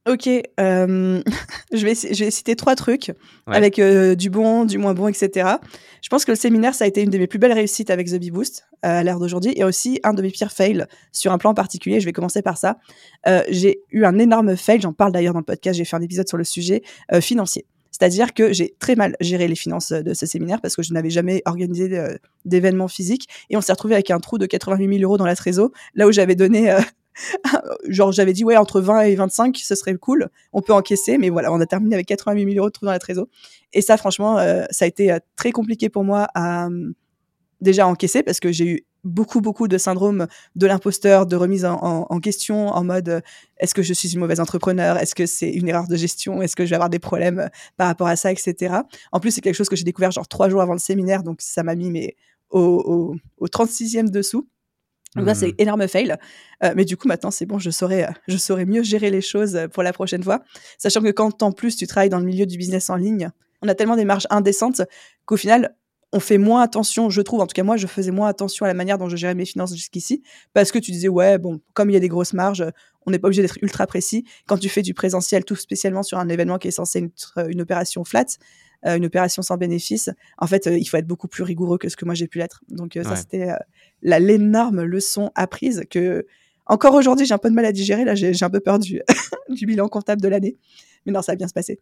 Ok, euh, je, vais, je vais citer trois trucs Ouais. avec euh, du bon, du moins bon, et cetera. Je pense que le séminaire, ça a été une de mes plus belles réussites avec The Bee Boost euh, à l'ère d'aujourd'hui et aussi un de mes pires fails sur un plan particulier. Je vais commencer par ça. Euh, j'ai eu un énorme fail, j'en parle d'ailleurs dans le podcast, j'ai fait un épisode sur le sujet euh, financier. C'est-à-dire que j'ai très mal géré les finances de ce séminaire parce que je n'avais jamais organisé de, d'événements physiques et on s'est retrouvé avec un trou de quatre-vingt-huit mille euros dans la trésor, là où j'avais donné... Euh, genre j'avais dit ouais entre vingt et vingt-cinq ce serait cool, on peut encaisser, mais voilà on a terminé avec quatre-vingt-huit mille euros de trous dans la trésor et ça franchement euh, ça a été euh, très compliqué pour moi à euh, déjà encaisser parce que j'ai eu beaucoup beaucoup de syndrome de l'imposteur, de remise en, en, en question en mode euh, est-ce que je suis une mauvaise entrepreneur, est-ce que c'est une erreur de gestion, est-ce que je vais avoir des problèmes euh, par rapport à ça, etc. En plus c'est quelque chose que j'ai découvert genre trois jours avant le séminaire, donc ça m'a mis mais au, au, au trente-sixième dessous. Donc là, c'est énorme fail. Euh, mais du coup, maintenant, c'est bon, je saurais, je saurais mieux gérer les choses pour la prochaine fois. Sachant que quand, en plus, tu travailles dans le milieu du business en ligne, on a tellement des marges indécentes qu'au final, on fait moins attention, je trouve. En tout cas, moi, je faisais moins attention à la manière dont je gérais mes finances jusqu'ici. Parce que tu disais, ouais, bon, comme il y a des grosses marges, on n'est pas obligé d'être ultra précis. Quand tu fais du présentiel, tout spécialement sur un événement qui est censé être une opération flat, euh, une opération sans bénéfice, en fait, euh, il faut être beaucoup plus rigoureux que ce que moi j'ai pu l'être. Donc euh, ça, Ouais. c'était euh, la, l'énorme leçon apprise que, encore aujourd'hui, j'ai un peu de mal à digérer. Là, j'ai, j'ai un peu peur du, du bilan comptable de l'année. Mais non, ça va bien se passer.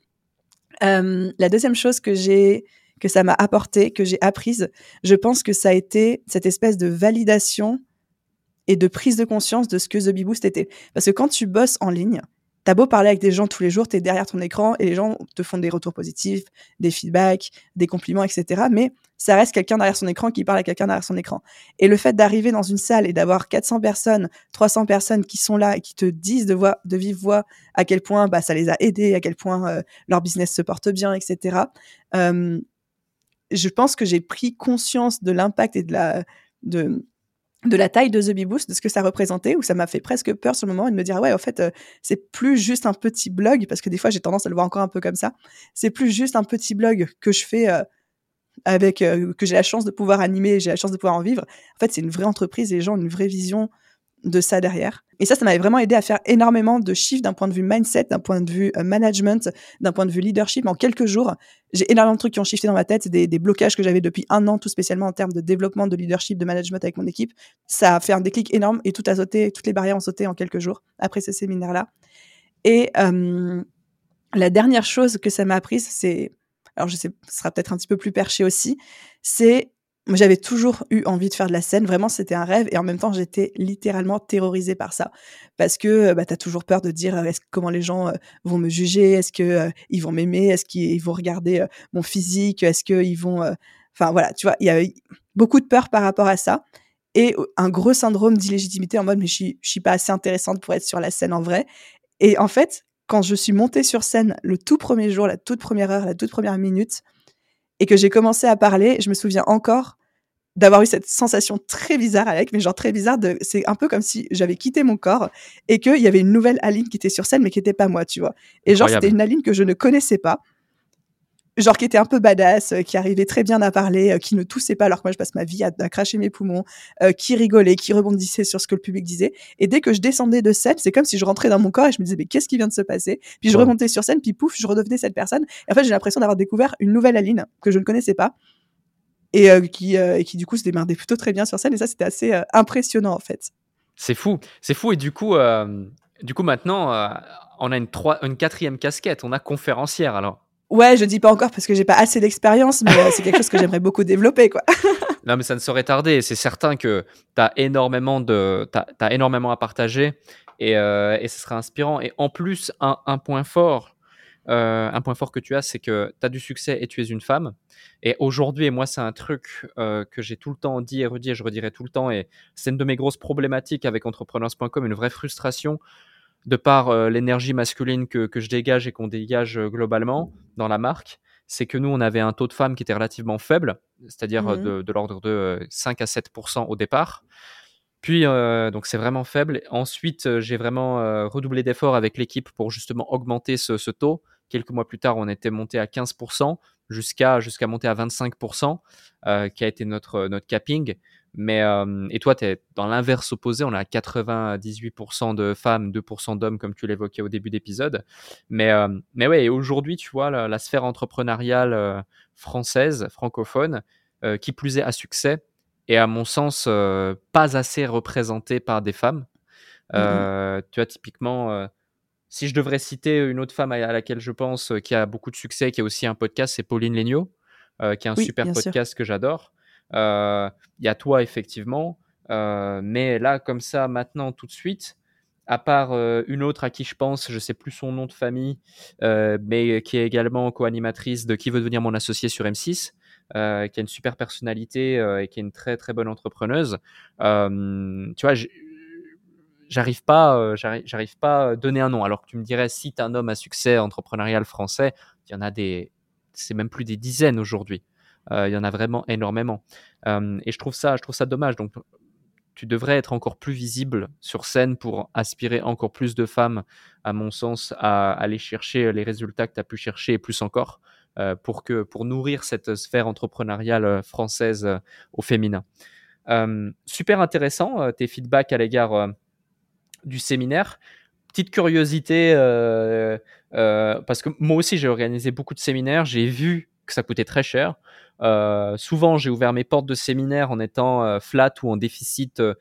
Euh, la deuxième chose que j'ai, que ça m'a apporté, que j'ai apprise, je pense que ça a été cette espèce de validation et de prise de conscience de ce que The Bee Boost était. Parce que quand tu bosses en ligne, t'as beau parler avec des gens tous les jours, t'es derrière ton écran et les gens te font des retours positifs, des feedbacks, des compliments, et cetera. Mais ça reste quelqu'un derrière son écran qui parle à quelqu'un derrière son écran. Et le fait d'arriver dans une salle et d'avoir quatre cents personnes, trois cents personnes qui sont là et qui te disent de, voix, de vive voix à quel point bah, ça les a aidés, à quel point euh, leur business se porte bien, et cetera. Euh, je pense que j'ai pris conscience de l'impact et de la... De, de la taille de The Bee Boost, de ce que ça représentait, où ça m'a fait presque peur sur le moment et de me dire, ouais, en fait, euh, c'est plus juste un petit blog, parce que des fois, j'ai tendance à le voir encore un peu comme ça. C'est plus juste un petit blog que je fais euh, avec, euh, que j'ai la chance de pouvoir animer, j'ai la chance de pouvoir en vivre. En fait, c'est une vraie entreprise et les gens ont une vraie vision de ça derrière. Et ça, ça m'avait vraiment aidé à faire énormément de chiffres d'un point de vue mindset, d'un point de vue euh, management, d'un point de vue leadership. En quelques jours, j'ai énormément de trucs qui ont shifté dans ma tête, des, des blocages que j'avais depuis un an, tout spécialement en termes de développement, de leadership, de management avec mon équipe. Ça a fait un déclic énorme et tout a sauté, toutes les barrières ont sauté en quelques jours après ce séminaire-là. Et euh, la dernière chose que ça m'a apprise, c'est, alors je sais, ce sera peut-être un petit peu plus perché aussi, c'est moi, j'avais toujours eu envie de faire de la scène. Vraiment, c'était un rêve. Et en même temps, j'étais littéralement terrorisée par ça. Parce que bah, tu as toujours peur de dire euh, est-ce, comment les gens euh, vont me juger. Est-ce qu'ils euh, vont m'aimer? Est-ce qu'ils vont regarder euh, mon physique? Est-ce qu'ils vont... Enfin, euh... voilà, tu vois, il y a beaucoup de peur par rapport à ça. Et un gros syndrome d'illégitimité en mode mais je ne suis pas assez intéressante pour être sur la scène en vrai. Et en fait, quand je suis montée sur scène le tout premier jour, la toute première heure, la toute première minute, et que j'ai commencé à parler, je me souviens encore d'avoir eu cette sensation très bizarre avec, mais genre très bizarre, de, c'est un peu comme si j'avais quitté mon corps et qu'il y avait une nouvelle Aline qui était sur scène, mais qui n'était pas moi, tu vois. Et genre, Incroyable. c'était une Aline que je ne connaissais pas, genre qui était un peu badass, euh, qui arrivait très bien à parler, euh, qui ne toussait pas alors que moi je passe ma vie à, à cracher mes poumons, euh, qui rigolait, qui rebondissait sur ce que le public disait. Et dès que je descendais de scène, c'est comme si je rentrais dans mon corps et je me disais mais qu'est-ce qui vient de se passer? Puis je Wow. remontais sur scène, puis pouf, je redevenais cette personne. Et en fait, j'ai l'impression d'avoir découvert une nouvelle Aline que je ne connaissais pas. Et, euh, qui, euh, et qui du coup se démerdait plutôt très bien sur scène, et ça c'était assez euh, impressionnant en fait. C'est fou, c'est fou, et du coup, euh, du coup maintenant, euh, on a une, trois, une quatrième casquette, on a conférencière alors. Ouais, je dis pas encore parce que j'ai pas assez d'expérience, mais euh, c'est quelque chose que j'aimerais beaucoup développer, quoi. Non, mais ça ne saurait tarder, c'est certain que tu as énormément, de, t'as, t'as énormément à partager, et, euh, et ce sera inspirant. Et en plus, un, un point fort, Euh, un point fort que tu as, c'est que tu as du succès et tu es une femme. Et aujourd'hui, et moi, c'est un truc euh, que j'ai tout le temps dit et redit, et je redirai tout le temps, et c'est une de mes grosses problématiques avec entrepreneurs point com, une vraie frustration de par euh, l'énergie masculine que, que je dégage et qu'on dégage euh, globalement dans la marque. C'est que nous, on avait un taux de femmes qui était relativement faible, c'est-à-dire Mhm. de, de l'ordre de euh, cinq à sept pour cent au départ. Puis, euh, donc c'est vraiment faible. Ensuite, euh, j'ai vraiment euh, redoublé d'efforts avec l'équipe pour justement augmenter ce, ce taux. Quelques mois plus tard, on était monté à quinze pour cent jusqu'à, jusqu'à monter à vingt-cinq pour cent, euh, qui a été notre, notre capping. Mais, euh, et toi, tu es dans l'inverse opposé. On a quatre-vingt-dix-huit pour cent de femmes, deux pour cent d'hommes, comme tu l'évoquais au début d'épisode. Mais, euh, mais ouais, et aujourd'hui, tu vois, la, la sphère entrepreneuriale euh, française, francophone, euh, qui plus est à succès, est à mon sens euh, pas assez représentée par des femmes. Mm-hmm. Euh, tu vois, typiquement, euh, si je devrais citer une autre femme à, à laquelle je pense, euh, qui a beaucoup de succès, qui a aussi un podcast, c'est Pauline Léniaud, euh, qui a un Oui, super bien sûr. podcast que j'adore. Il euh, y a toi, effectivement. Euh, mais là, comme ça, maintenant, tout de suite, à part euh, une autre à qui je pense, je ne sais plus son nom de famille, euh, mais qui est également co-animatrice de Qui veut devenir mon associé sur M six, euh, qui a une super personnalité euh, et qui est une très très bonne entrepreneuse. Euh, tu vois, j'arrive pas, euh, j'arrive, j'arrive pas à donner un nom. Alors que tu me dirais, si tu es un homme à succès entrepreneurial français, il y en a des, c'est même plus des dizaines aujourd'hui. Euh, il y en a vraiment énormément. Euh, et je trouve ça, je trouve ça dommage. Donc, tu devrais être encore plus visible sur scène pour aspirer encore plus de femmes, à mon sens, à aller chercher les résultats que tu as pu chercher et plus encore, euh, pour, que, pour nourrir cette sphère entrepreneuriale française euh, au féminin. Euh, super intéressant, euh, tes feedbacks à l'égard euh, du séminaire. Petite curiosité, euh, euh, parce que moi aussi j'ai organisé beaucoup de séminaires, j'ai vu que ça coûtait très cher. Euh, souvent j'ai ouvert mes portes de séminaire en étant euh, flat ou en déficit euh,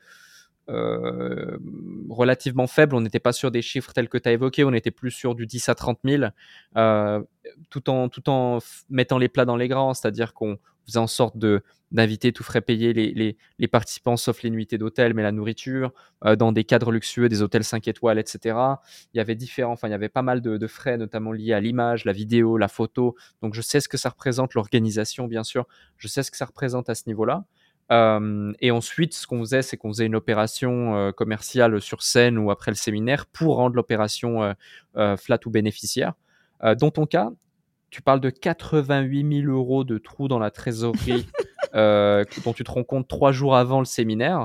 euh, relativement faible. On n'était pas sur des chiffres tels que tu as évoqué, on était plus sur du dix à trente mille, euh, tout en, tout en f- mettant les plats dans les grands, c'est-à-dire qu'on faisait en sorte de, d'inviter tout frais payé les, les, les participants, sauf les nuitées d'hôtel, mais la nourriture, euh, dans des cadres luxueux, des hôtels cinq étoiles, et cetera. Il y avait différents, enfin, il y avait pas mal de, de frais, notamment liés à l'image, la vidéo, la photo. Donc, je sais ce que ça représente, l'organisation, bien sûr. Je sais ce que ça représente à ce niveau-là. Euh, et ensuite, ce qu'on faisait, c'est qu'on faisait une opération euh, commerciale sur scène ou après le séminaire pour rendre l'opération euh, euh, flat ou bénéficiaire. Euh, dans ton cas, tu parles de quatre-vingt-huit mille euros de trous dans la trésorerie euh, dont tu te rends compte trois jours avant le séminaire.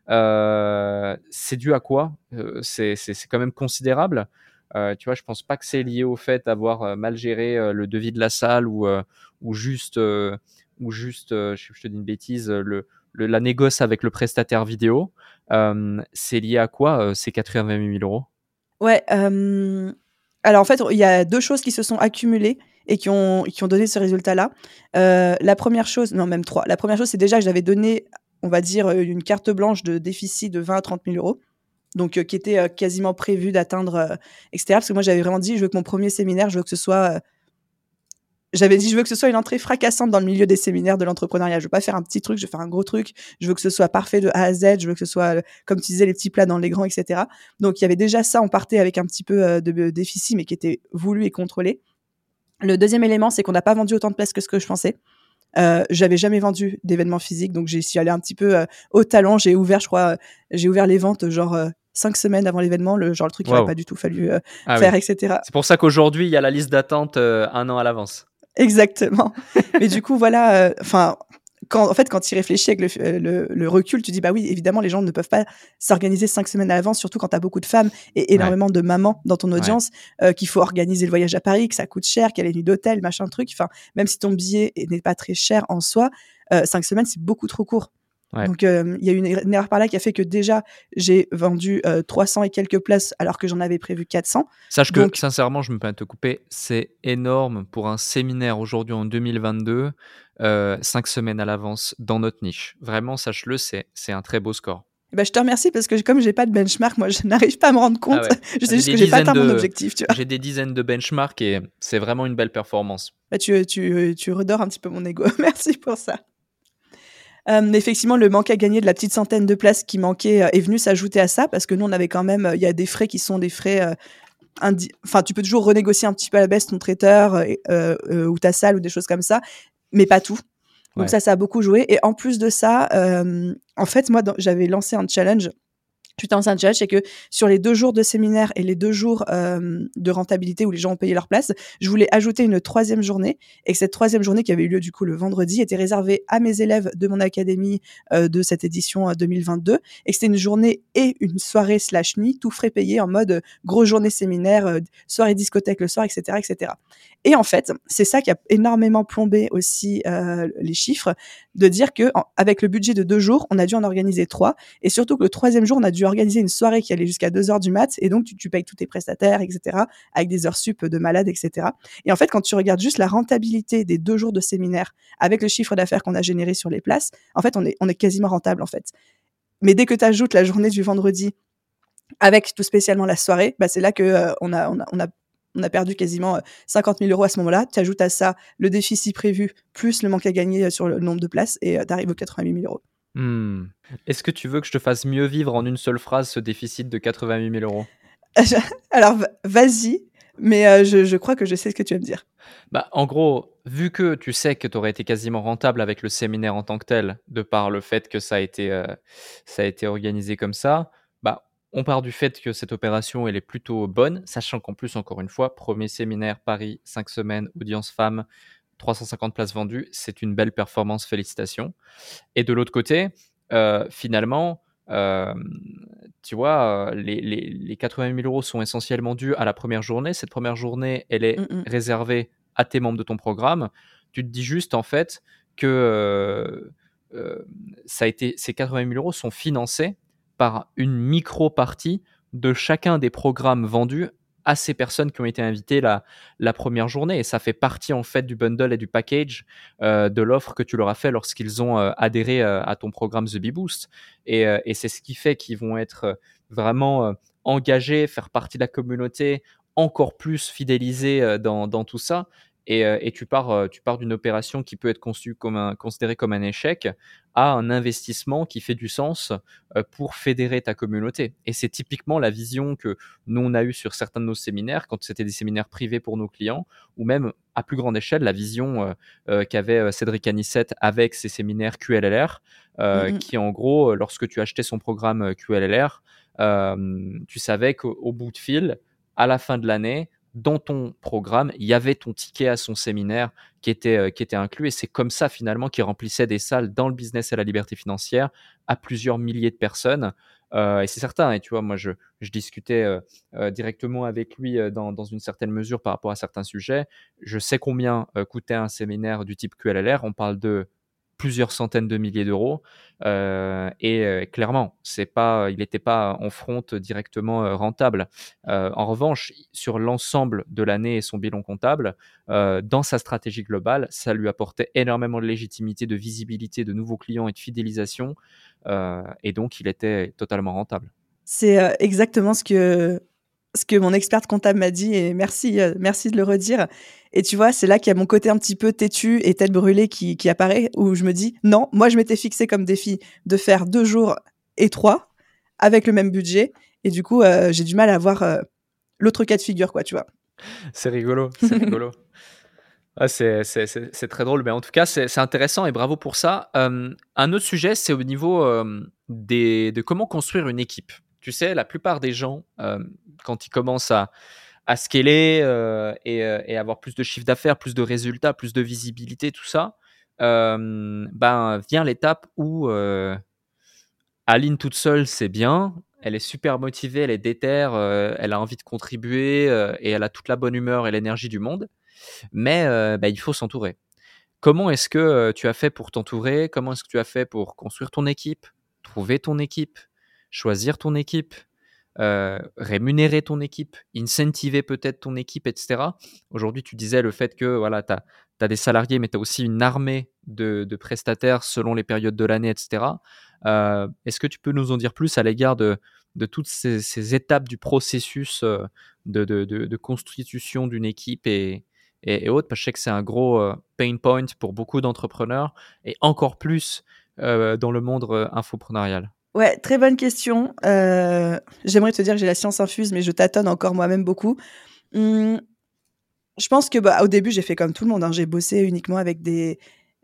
Euh, c'est dû à quoi? euh, c'est, c'est, c'est quand même considérable. Euh, tu vois, je pense pas que c'est lié au fait d'avoir euh, mal géré euh, le devis de la salle ou, euh, ou juste, euh, ou juste euh, je, je te dis une bêtise, le, le, la négoce avec le prestataire vidéo. Euh, c'est lié à quoi euh, ces quatre-vingt-huit mille euros? Ouais, euh, alors en fait, il y a deux choses qui se sont accumulées et qui ont, qui ont donné ce résultat-là. Euh, la première chose, non, même trois. La première chose, c'est déjà que j'avais donné, on va dire, une carte blanche de déficit de vingt à trente mille euros, donc euh, qui était euh, quasiment prévu d'atteindre, euh, et cetera. Parce que moi, j'avais vraiment dit, je veux que mon premier séminaire, je veux que ce soit. euh, J'avais dit, je veux que ce soit une entrée fracassante dans le milieu des séminaires de l'entrepreneuriat. Je veux pas faire un petit truc, je veux faire un gros truc. Je veux que ce soit parfait de A à Z. Je veux que ce soit, euh, comme tu disais, les petits plats dans les grands, et cetera. Donc, il y avait déjà ça. On partait avec un petit peu euh, de, de déficit, mais qui était voulu et contrôlé. Le deuxième élément, c'est qu'on n'a pas vendu autant de places que ce que je pensais. Euh, j'avais jamais vendu d'événements physiques, donc j'y suis allée un petit peu euh, au talent. J'ai ouvert, je crois, euh, j'ai ouvert les ventes genre euh, cinq semaines avant l'événement, le genre le truc qu'il Wow. aurait pas du tout fallu euh, Ah faire, oui. et cetera. C'est pour ça qu'aujourd'hui, il y a la liste d'attente euh, un an à l'avance. Exactement. Mais du coup, voilà, enfin, euh, quand, en fait, quand tu y réfléchis avec le, le, le recul, tu dis, bah oui, évidemment, les gens ne peuvent pas s'organiser cinq semaines à l'avance, surtout quand tu as beaucoup de femmes et énormément ouais. de mamans dans ton audience, ouais. euh, qu'il faut organiser le voyage à Paris, que ça coûte cher, qu'il y a les nuits d'hôtel, machin truc. Enfin, même si ton billet n'est pas très cher en soi, euh, cinq semaines, c'est beaucoup trop court. Ouais. Donc, il euh, y a eu une, une erreur par là qui a fait que déjà, j'ai vendu euh, trois cents et quelques places alors que j'en avais prévu quatre cents. Sache Donc, que, sincèrement, je me permets de te couper, c'est énorme pour un séminaire aujourd'hui en deux mille vingt-deux, euh, cinq semaines à l'avance dans notre niche. Vraiment, sache-le, c'est, c'est un très beau score. Bah, je te remercie parce que comme j'ai pas de benchmark, moi je n'arrive pas à me rendre compte. Ah ouais. Je sais j'ai juste que j'ai pas atteint de, mon objectif. Tu vois. J'ai des dizaines de benchmarks et c'est vraiment une belle performance. Bah, tu, tu, tu redors un petit peu mon ego. Merci pour ça. Euh, effectivement, le manque à gagner de la petite centaine de places qui manquait euh, est venu s'ajouter à ça parce que nous, on avait quand même, il euh, y a des frais qui sont des frais. Euh, indi- enfin, tu peux toujours renégocier un petit peu à la baisse ton traiteur euh, euh, ou ta salle ou des choses comme ça, mais pas tout. Donc ouais. ça, ça a beaucoup joué. Et en plus de ça, euh, en fait, moi, dans, j'avais lancé un challenge Tout en Saint-Judge, c'est que sur les deux jours de séminaire et les deux jours euh, de rentabilité où les gens ont payé leur place, je voulais ajouter une troisième journée et que cette troisième journée qui avait eu lieu du coup le vendredi était réservée à mes élèves de mon académie euh, de cette édition euh, deux mille vingt-deux et que c'était une journée et une soirée slash nuit, tout frais payé en mode euh, grosse journée séminaire, euh, soirée discothèque le soir, et cetera, et cetera. Et en fait, c'est ça qui a énormément plombé aussi euh, les chiffres, de dire que en, avec le budget de deux jours, on a dû en organiser trois et surtout que le troisième jour, on a dû organiser une soirée qui allait jusqu'à deux heures du mat, et donc tu, tu payes tous tes prestataires, et cetera, avec des heures sup de malade, et cetera. Et en fait, quand tu regardes juste la rentabilité des deux jours de séminaire avec le chiffre d'affaires qu'on a généré sur les places, en fait, on est, on est quasiment rentable, en fait. Mais dès que tu ajoutes la journée du vendredi avec tout spécialement la soirée, bah, c'est là que euh, on a, on a, on a on a perdu quasiment cinquante mille euros à ce moment-là. Tu ajoutes à ça le déficit prévu, plus le manque à gagner sur le nombre de places, et euh, tu arrives aux quatre-vingt-huit mille euros. Hmm. Est-ce que tu veux que je te fasse mieux vivre en une seule phrase ce déficit de quatre-vingt-huit mille euros? Alors, vas-y, mais euh, je, je crois que je sais ce que tu vas me dire. Bah, en gros, vu que tu sais que tu aurais été quasiment rentable avec le séminaire en tant que tel, de par le fait que ça a été, euh, ça a été organisé comme ça, bah, on part du fait que cette opération elle est plutôt bonne, sachant qu'en plus, encore une fois, premier séminaire Paris, cinq semaines, audience femme, trois cent cinquante places vendues, c'est une belle performance, félicitations. Et de l'autre côté, euh, finalement, euh, tu vois, euh, les, les, les quatre-vingt mille euros sont essentiellement dus à la première journée. Cette première journée, elle est Mm-mm. réservée à tes membres de ton programme. Tu te dis juste, en fait, que euh, euh, ça a été, ces quatre-vingt mille euros sont financés par une micro-partie de chacun des programmes vendus à ces personnes qui ont été invitées la, la première journée. Et ça fait partie, en fait, du bundle et du package euh, de l'offre que tu leur as fait lorsqu'ils ont euh, adhéré euh, à ton programme The Bee Boost. Et, euh, et c'est ce qui fait qu'ils vont être euh, vraiment euh, engagés, faire partie de la communauté, encore plus fidélisés euh, dans, dans tout ça. Et, euh, et tu pars, euh, tu pars d'une opération qui peut être conçue comme un, considérée comme un échec à un investissement qui fait du sens euh, pour fédérer ta communauté. Et c'est typiquement la vision que nous, on a eue sur certains de nos séminaires, quand c'était des séminaires privés pour nos clients, ou même à plus grande échelle, la vision euh, euh, qu'avait euh, Cédric Anissette avec ses séminaires Q L L R, euh, Mm-mm. qui en gros, lorsque tu achetais son programme euh, Q L L R, euh, tu savais qu'au au bout de fil, à la fin de l'année, dans ton programme, il y avait ton ticket à son séminaire qui était, euh, qui était inclus. Et c'est comme ça, finalement, qu'il remplissait des salles dans le business et la liberté financière à plusieurs milliers de personnes. Euh, et c'est certain. Et tu vois, moi, je, je discutais euh, euh, directement avec lui euh, dans, dans une certaine mesure par rapport à certains sujets. Je sais combien euh, coûtait un séminaire du type Q L L R. On parle de plusieurs centaines de milliers d'euros. Euh, et euh, clairement, c'est pas, il n'était pas en front directement euh, rentable. Euh, en revanche, sur l'ensemble de l'année et son bilan comptable, euh, dans sa stratégie globale, ça lui apportait énormément de légitimité, de visibilité, de nouveaux clients et de fidélisation. Euh, et donc, il était totalement rentable. C'est euh, exactement ce que, ce que mon experte comptable m'a dit, et merci, euh, merci de le redire. Et tu vois, c'est là qu'il y a mon côté un petit peu têtu et tête brûlée qui, qui apparaît, où je me dis, non, moi je m'étais fixé comme défi de faire deux jours et trois avec le même budget. Et du coup, euh, j'ai du mal à voir euh, l'autre cas de figure, quoi, tu vois. C'est rigolo, c'est rigolo. Ah, c'est, c'est, c'est, c'est très drôle, mais en tout cas, c'est, c'est intéressant et bravo pour ça. Euh, un autre sujet, c'est au niveau euh, des, de comment construire une équipe. Tu sais, la plupart des gens, euh, quand ils commencent à, à scaler euh, et, euh, et avoir plus de chiffre d'affaires, plus de résultats, plus de visibilité, tout ça, euh, ben, vient l'étape où euh, Aline toute seule, c'est bien. Elle est super motivée, elle est déterre, euh, elle a envie de contribuer euh, et elle a toute la bonne humeur et l'énergie du monde. Mais euh, bah, il faut s'entourer. Comment est-ce que euh, tu as fait pour t'entourer? Comment est-ce que tu as fait pour construire ton équipe, trouver ton équipe, choisir ton équipe, euh, rémunérer ton équipe, incentiver peut-être ton équipe, et cetera. Aujourd'hui, tu disais le fait que voilà, tu as des salariés, mais tu as aussi une armée de, de prestataires selon les périodes de l'année, et cetera. Euh, est-ce que tu peux nous en dire plus à l'égard de, de toutes ces, ces étapes du processus euh, de, de, de, de constitution d'une équipe et, et, et autres? Parce que je sais que c'est un gros euh, pain point pour beaucoup d'entrepreneurs et encore plus euh, dans le monde euh, infopreneurial. Ouais, très bonne question. Euh, j'aimerais te dire que j'ai la science infuse, mais je tâtonne encore moi-même beaucoup. Hum, je pense que bah, au début, j'ai fait comme tout le monde, hein. J'ai bossé uniquement avec des,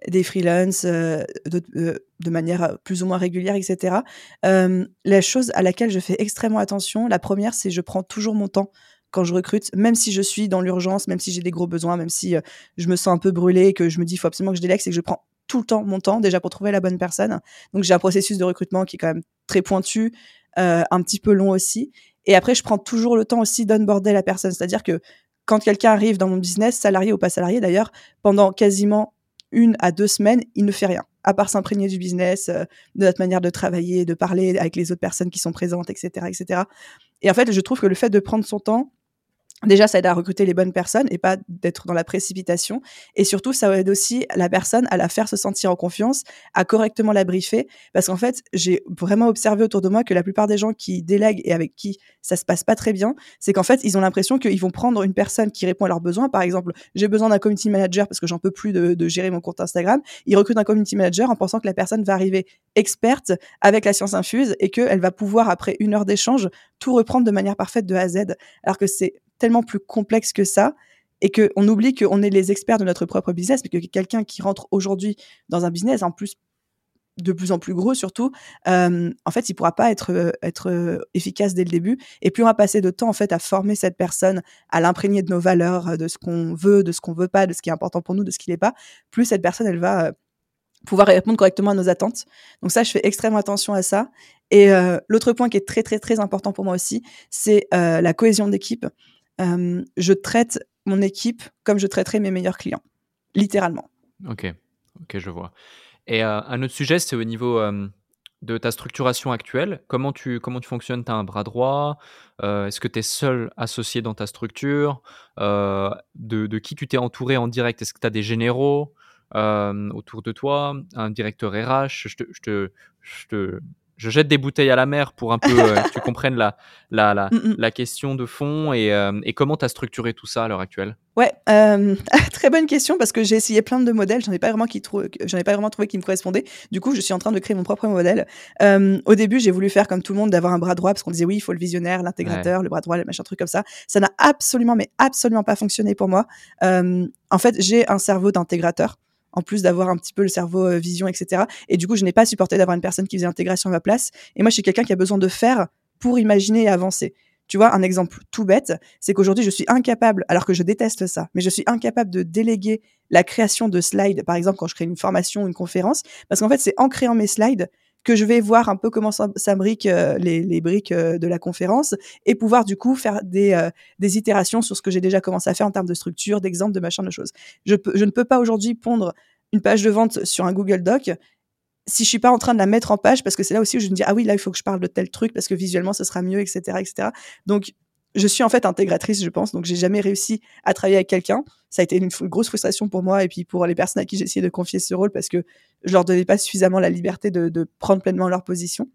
des freelances euh, de, euh, de manière plus ou moins régulière, et cetera. Euh, la chose à laquelle je fais extrêmement attention, la première, c'est je prends toujours mon temps quand je recrute, même si je suis dans l'urgence, même si j'ai des gros besoins, même si euh, je me sens un peu brûlée, que je me dis il faut absolument que je délègue, c'est que je prends tout le temps mon temps déjà pour trouver la bonne personne. Donc j'ai un processus de recrutement qui est quand même très pointu, euh, un petit peu long aussi. Et après, je prends toujours le temps aussi d'onboarder la personne. C'est-à-dire que quand quelqu'un arrive dans mon business, salarié ou pas salarié d'ailleurs, pendant quasiment une à deux semaines, il ne fait rien, à part s'imprégner du business, euh, de notre manière de travailler, de parler avec les autres personnes qui sont présentes, et cetera, et cetera. Et en fait, je trouve que le fait de prendre son temps, déjà, ça aide à recruter les bonnes personnes et pas d'être dans la précipitation. Et surtout, ça aide aussi la personne à la faire se sentir en confiance, à correctement la briefer. Parce qu'en fait, j'ai vraiment observé autour de moi que la plupart des gens qui délèguent et avec qui ça se passe pas très bien, c'est qu'en fait, ils ont l'impression qu'ils vont prendre une personne qui répond à leurs besoins. Par exemple, j'ai besoin d'un community manager parce que j'en peux plus de, de gérer mon compte Instagram. Ils recrutent un community manager en pensant que la personne va arriver experte avec la science infuse et qu'elle va pouvoir, après une heure d'échange, tout reprendre de manière parfaite de A à Z. Alors que c'est tellement plus complexe que ça et qu'on oublie qu'on est les experts de notre propre business, mais que quelqu'un qui rentre aujourd'hui dans un business, en plus de plus en plus gros surtout, euh, en fait, il pourra pas être, être efficace dès le début. Et plus on va passer de temps en fait à former cette personne, à l'imprégner de nos valeurs, de ce qu'on veut, de ce qu'on veut pas, de ce qui est important pour nous, de ce qui l'est pas, plus cette personne, elle va pouvoir répondre correctement à nos attentes. Donc ça, je fais extrêmement attention à ça. Et euh, l'autre point qui est très, très, très important pour moi aussi, c'est euh, la cohésion d'équipe. Euh, je traite mon équipe comme je traiterais mes meilleurs clients, littéralement. Ok, ok, je vois. Et euh, un autre sujet, c'est au niveau euh, de ta structuration actuelle. Comment tu, comment tu fonctionnes? Tu as un bras droit? Euh, Est-ce que tu es seul associé dans ta structure? Euh, de, de qui tu t'es entouré en direct? Est-ce que tu as des généraux euh, autour de toi? Un directeur R H? Je te, je te, je te- je jette des bouteilles à la mer pour un peu euh, que tu comprennes la, la, la, Mm-mm. la question de fond et, euh, et comment tu as structuré tout ça à l'heure actuelle? Ouais, euh, très bonne question parce que j'ai essayé plein de modèles, j'en ai pas vraiment qui trou- j'en ai pas vraiment trouvé qui me correspondaient. Du coup, je suis en train de créer mon propre modèle. Euh, au début, j'ai voulu faire comme tout le monde, d'avoir un bras droit parce qu'on disait oui, il faut le visionnaire, Ouais. l'intégrateur, le bras droit, le machin truc comme ça. Ça n'a absolument, mais absolument pas fonctionné pour moi. Euh, en fait, j'ai un cerveau d'intégrateur, en plus d'avoir un petit peu le cerveau euh, vision, et cetera. Et du coup, je n'ai pas supporté d'avoir une personne qui faisait l'intégration à ma place. Et moi, je suis quelqu'un qui a besoin de faire pour imaginer et avancer. Tu vois, un exemple tout bête, c'est qu'aujourd'hui, je suis incapable, alors que je déteste ça, mais je suis incapable de déléguer la création de slides, par exemple, quand je crée une formation, une conférence, parce qu'en fait, c'est en créant mes slides que je vais voir un peu comment s'imbriquent euh, les, les briques euh, de la conférence et pouvoir, du coup, faire des, euh, des itérations sur ce que j'ai déjà commencé à faire en termes de structure, d'exemple, de machin, de choses. Je, peux, je ne peux pas aujourd'hui pondre une page de vente sur un Google Doc si je suis pas en train de la mettre en page, parce que c'est là aussi où je me dis, ah oui, là, il faut que je parle de tel truc, parce que visuellement, ce sera mieux, et cetera, et cetera. Donc, je suis en fait intégratrice, je pense. Donc, j'ai jamais réussi à travailler avec quelqu'un. Ça a été une, une grosse frustration pour moi et puis pour les personnes à qui j'ai essayé de confier ce rôle parce que je leur donnais pas suffisamment la liberté de, de prendre pleinement leur position.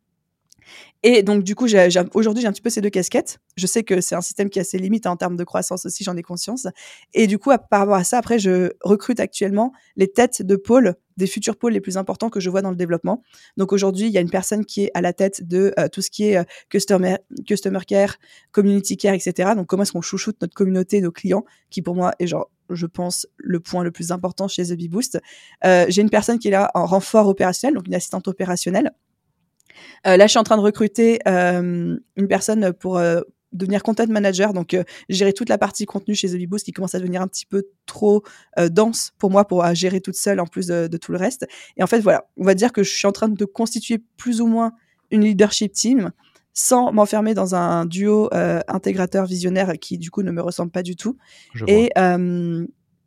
Et donc, du coup, j'ai, j'ai, aujourd'hui, j'ai un petit peu ces deux casquettes. Je sais que c'est un système qui a ses limites hein, en termes de croissance aussi, j'en ai conscience. Et du coup, à, par rapport à ça, après, je recrute actuellement les têtes de pôle, des futurs pôles les plus importants que je vois dans le développement. Donc, aujourd'hui, il y a une personne qui est à la tête de euh, tout ce qui est euh, customer, customer care, community care, et cetera. Donc, comment est-ce qu'on chouchoute notre communauté, nos clients, qui pour moi est genre, je pense, le point le plus important chez The Bee Boost. Euh, j'ai une personne qui est là en renfort opérationnel, donc une assistante opérationnelle. Euh, là, je suis en train de recruter euh, une personne pour euh, devenir content manager, donc euh, gérer toute la partie contenu chez The Bee Boost qui commence à devenir un petit peu trop euh, dense pour moi pour euh, gérer toute seule en plus de, de tout le reste. Et en fait, voilà, on va dire que je suis en train de constituer plus ou moins une leadership team sans m'enfermer dans un duo euh, intégrateur visionnaire qui du coup ne me ressemble pas du tout. Je Et euh,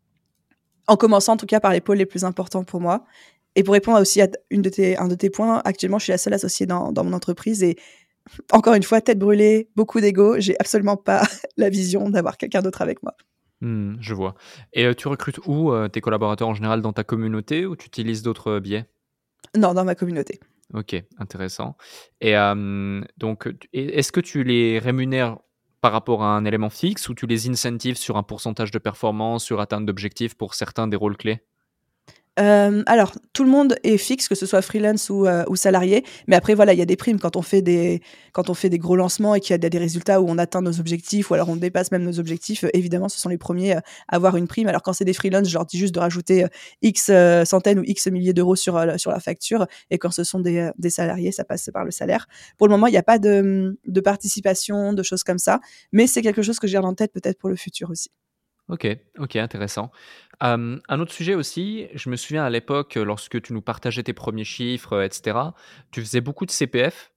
en commençant en tout cas par les pôles les plus importants pour moi. Et pour répondre aussi à une de tes, un de tes points, actuellement, je suis la seule associée dans, dans mon entreprise et encore une fois, tête brûlée, beaucoup d'ego. J'ai absolument pas la vision d'avoir quelqu'un d'autre avec moi. Hmm, je vois. Et euh, tu recrutes où euh, tes collaborateurs en général dans ta communauté ou tu utilises d'autres euh, biais? Non, dans ma communauté. Ok, intéressant. Et euh, donc, tu- et- est-ce que tu les rémunères par rapport à un élément fixe ou tu les incentives sur un pourcentage de performance, sur atteinte d'objectifs pour certains des rôles clés? Hem, alors, tout le monde est fixe, que ce soit freelance ou, heu, ou salarié. Mais après, voilà, il y a des primes quand on fait des quand on fait des gros lancements et qu'il y a des des résultats où on atteint nos objectifs ou alors on dépasse même nos objectifs, heu, évidemment, ce sont les premiers ers à avoir une prime. Alors quand c'est des freelance, je leur dis juste de rajouter, heu, X, heu, centaines ou X milliers d'euros sur, heu, le sur la facture et quand ce sont des, heu, des salariés, ça passe par le salaire. Pour le moment, il y a pas de, mmh, de participation, de choses comme ça, mais c'est quelque chose que je garde en tête peut-être pour le futur aussi. OK, OK, intéressant. Hem, un autre sujet aussi, je me souviens à l'époque, heu, lorsque tu nous partageais tes premiers chiffres, heu, et cetera, tu faisais beaucoup de C P F.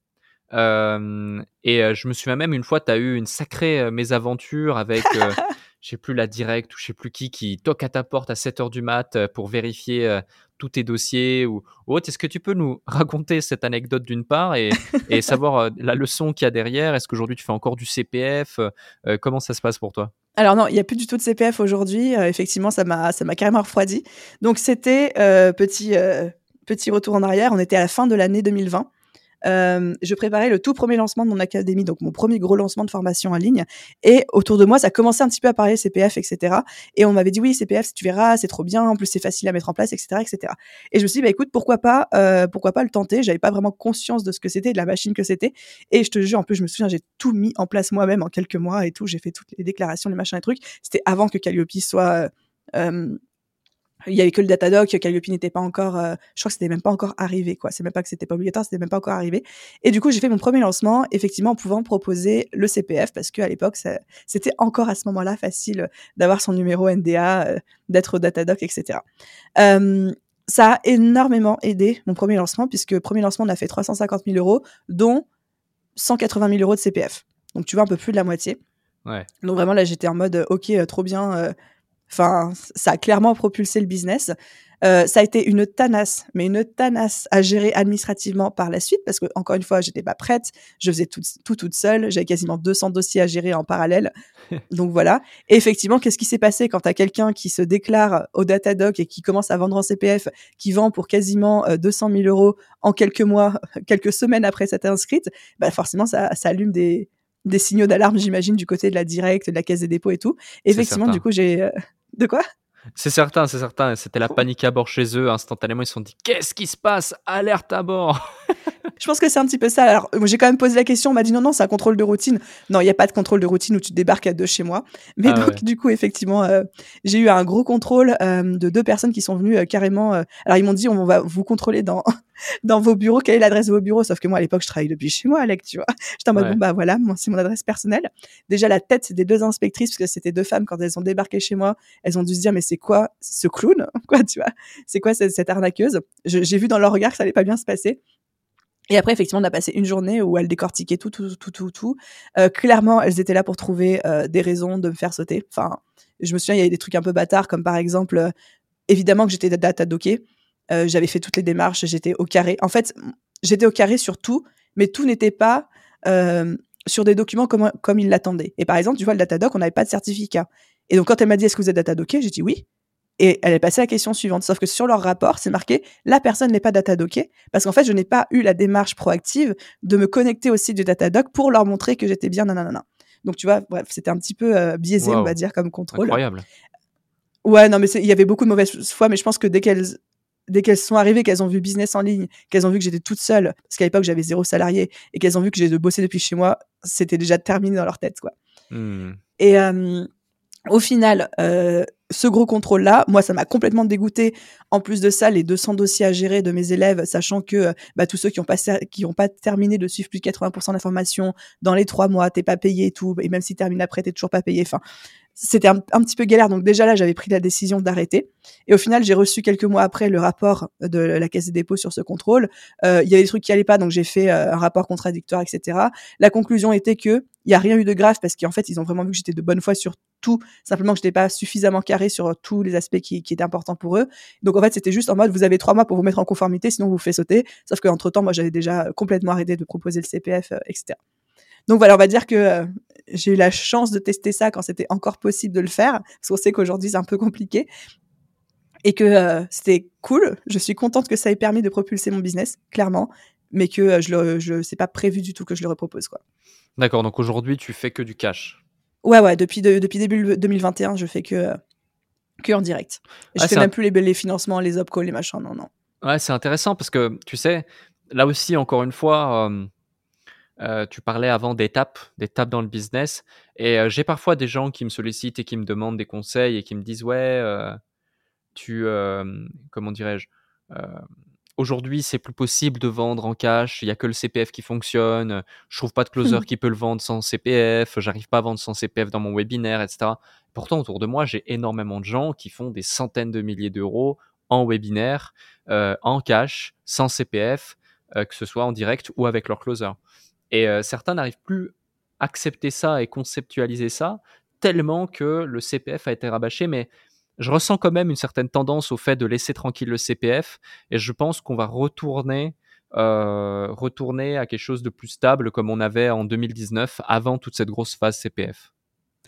Hem et heu, je me souviens même une fois, tu as eu une sacrée, heu, mésaventure avec, heu, je sais plus la directe ou je sais plus qui, qui toque à ta porte à sept heures du mat, heu, pour vérifier, heu, tous tes dossiers ou ou autre. Est-ce que tu peux nous raconter cette anecdote d'une part et et savoir, heu, la leçon qu'il y a derrière? Est-ce qu'aujourd'hui tu fais encore du C P F? Heu heu, comment ça se passe pour toi? Alors non, il y a plus du tout de C P F aujourd'hui, heu, effectivement ça m'a ça m'a carrément refroidi. Donc c'était, heu, petit, heu, petit retour en arrière, on était à la fin de l'année deux mille vingt. Hem, je préparais le tout premier lancement de mon académie, donc mon premier gros lancement de formation en ligne et autour de moi, ça commençait un petit peu à parler C P F et cetera et on m'avait dit: «Oui, C P F, tu verras, c'est trop bien, en plus c'est facile à mettre en place et cetera et cetera» et je me suis dit: «Bah, écoute, pourquoi pas, heu, pourquoi pas le tenter?» J'avais pas vraiment conscience de ce que c'était, de la machine que c'était et je te jure, en plus, je me souviens, j'ai tout mis en place moi-même en quelques mois et tout. J'ai fait toutes les déclarations, les machins, les trucs. C'était avant que Calliope soit, heu, hem il y avait que le Datadoc, Calliope n'était pas encore, heu, je crois que c'était même pas encore arrivé, quoi. C'est même pas que c'était pas obligatoire, c'était même pas encore arrivé et du coup, j'ai fait mon premier lancement, effectivement, en pouvant proposer le C P F parce qu'à l'époque, ça c'était encore à ce moment-là facile, heu, d'avoir son numéro N D A, heu, d'être au Datadoc et cetera. Hem, ça a énormément aidé mon premier lancement puisque premier lancement, on a fait trois cent cinquante mille euros, dont cent quatre-vingt mille euros de C P F. Donc tu vois, un peu plus de la moitié. Ouais. Donc vraiment, là, j'étais en mode, heu: «OK, heu, trop bien», heu, enfin, ç ça a clairement propulsé le business. Heu, ça a été une tanasse, mais une tanasse à gérer administrativement par la suite parce qu'encore une fois, j'étais pas prête, je faisais tout s tout toute seule, j'avais quasiment deux cents dossiers à gérer en parallèle. Donc voilà et effectivement, qu'est-ce qui s'est passé quand tu as quelqu'un qui se déclare au Datadoc et qui commence à vendre en C P F, qui vend pour quasiment, heu, deux cent mille euros en quelques mois, quelques semaines après s'être inscrite, bah, forcément ça ça allume des des signaux d'alarme, j'imagine, du côté de la directe, de la Caisse des dépôts et tout. C'est Effectivement, du certain. coup, j'ai, heu de quoi? C'est certain, c'est certain. C'était la panique à bord chez eux. Instantanément, ils se sont dit: «Qu'est-ce qui se passe? Alerte à bord!» Je pense que c'est un petit peu ça. Alors, moi, j'ai quand même posé la question, on m'a dit: «Non, non, c'est un contrôle de routine». Non, il y a pas de contrôle de routine où tu débarques à deux chez moi. Mais Ah donc ouais. du coup, effectivement, heu, j'ai eu un gros contrôle, hem, de deux personnes qui sont venues, heu, carrément, heu alors ils m'ont dit: «On va vous contrôler dans dans vos bureaux, quelle est l'adresse de vos bureaux?» sauf que moi, à l'époque, je travaillais depuis chez moi, Alec, tu vois? J'étais en mode: «Bon, Ouais. bah, voilà, moi, c'est mon adresse personnelle». Déjà, la tête des deux inspectrices, parce que c'était deux femmes, quand elles ont débarqué chez moi, elles ont dû se dire: «Mais c'est quoi ce clown?» quoi, tu vois? «C'est quoi cette cette arnaqueuse?» je j'ai vu dans leur regard que ça allait pas bien se passer et après, effectivement, on a passé une journée où elles décortiquaient tout, tout, tout, tout, tout. Heu, clairement, elles étaient là pour trouver, heu, des raisons de me faire sauter. Enfin, je me souviens, il y avait des trucs un peu bâtards comme, par exemple, heu, évidemment que j'étais da datadockée. Heu, j'avais fait toutes les démarches, j'étais au carré. En fait, mmh, j'étais au carré sur tout, mais tout n'était pas, hem, sur des documents comme comme ils l'attendaient et par exemple, tu vois, le Datadoc, on n'avait pas de certificat et donc quand elle m'a dit: «Est-ce que vous êtes datadocké?» j'ai dit: «Oui» et elle est passée à la question suivante. Sauf que sur leur rapport, c'est marqué: «La personne n'est pas datadockée» parce qu'en fait, je n'ai pas eu la démarche proactive de me connecter au site du Datadoc pour leur montrer que j'étais bien na na na na. Donc tu vois, bref, c'était un petit peu, heu, biaisé, on va Waouh! dire, comme contrôle. Incroyable. Ouais, non, mais c'est il y avait beaucoup de mauvaise foi, mais je pense que dès qu'elles dès qu'elles sont arrivées, qu'elles ont vu business en ligne, qu'elles ont vu que j'étais toute seule, parce qu'à l'époque, j'avais zéro salarié et qu'elles ont vu que j'ai de bossé depuis chez moi, c'était déjà terminé dans leur tête, quoi Mmh. et hem, au final, heu, ce gros contrôle-là, moi, ça m'a complètement dégoûtée. En plus de ça, les deux cents dossiers à gérer de mes élèves, sachant que, heu, bah, tous ceux qui ont pas ser qui ont pas terminé de suivre plus de quatre-vingts pour cent de la formation dans les trois mois, tu es pas payé et tout et même s'ils terminent après, tu es toujours pas payé. Enfin, c'était un un petit peu galère. Donc déjà là, j'avais pris la décision d'arrêter et au final, j'ai reçu quelques mois après le rapport de la Caisse des dépôts sur ce contrôle. Heu, il y avait des trucs qui allaient pas, donc j'ai fait, heu, un rapport contradictoire et cetera. La conclusion était qu'il y a rien eu de grave parce qu'en fait, ils ont vraiment vu que j'étais de bonne foi sur tout, simplement que j'étais pas suffisamment carrée sur, heu, tous les aspects qui qui étaient importants pour eux. Donc en fait, c'était juste en mode: «Vous avez trois mois pour vous mettre en conformité, sinon on vous fait sauter». Sauf qu'entre temps, moi, j'avais déjà complètement arrêté de proposer le C P F, heu et cetera. Donc voilà, on va dire que, heu, j'ai eu la chance de tester ça quand c'était encore possible de le faire, parce qu'on sait qu'aujourd'hui, c'est un peu compliqué et que, heu, c'était cool. Je suis contente que ça ait permis de propulser mon business, clairement, mais que, heu, je le je c'est pas prévu du tout que je le repropose, quoi. D'accord, donc aujourd'hui, tu fais que du cash? Ouais, ouais, depuis de depuis début deux mille vingt et un, je fais que, heu, que en direct. Et Ah, je fais c'est même un- plus les, les financements, les opcos, les machins, non, non. Ouais, c'est intéressant parce que, tu sais, là aussi, encore une fois, euh, euh, tu parlais avant d'étapes, d'étapes dans le business. Et euh, j'ai parfois des gens qui me sollicitent et qui me demandent des conseils et qui me disent, ouais, euh, tu, euh, comment dirais-je, euh, aujourd'hui, c'est plus possible de vendre en cash, il y a que le C P F qui fonctionne, je trouve pas de closer qui peut le vendre sans C P F, j'arrive pas à vendre sans C P F dans mon webinaire, et cetera. Pourtant, autour de moi, j'ai énormément de gens qui font des centaines de milliers d'euros en webinaire, euh, en cash, sans C P F, euh, que ce soit en direct ou avec leur closer. Et euh, certains n'arrivent plus à accepter ça et conceptualiser ça tellement que le C P F a été rabâché. Mais je ressens quand même une certaine tendance au fait de laisser tranquille le C P F et je pense qu'on va retourner, euh, retourner à quelque chose de plus stable comme on avait en deux mille dix-neuf avant toute cette grosse phase C P F.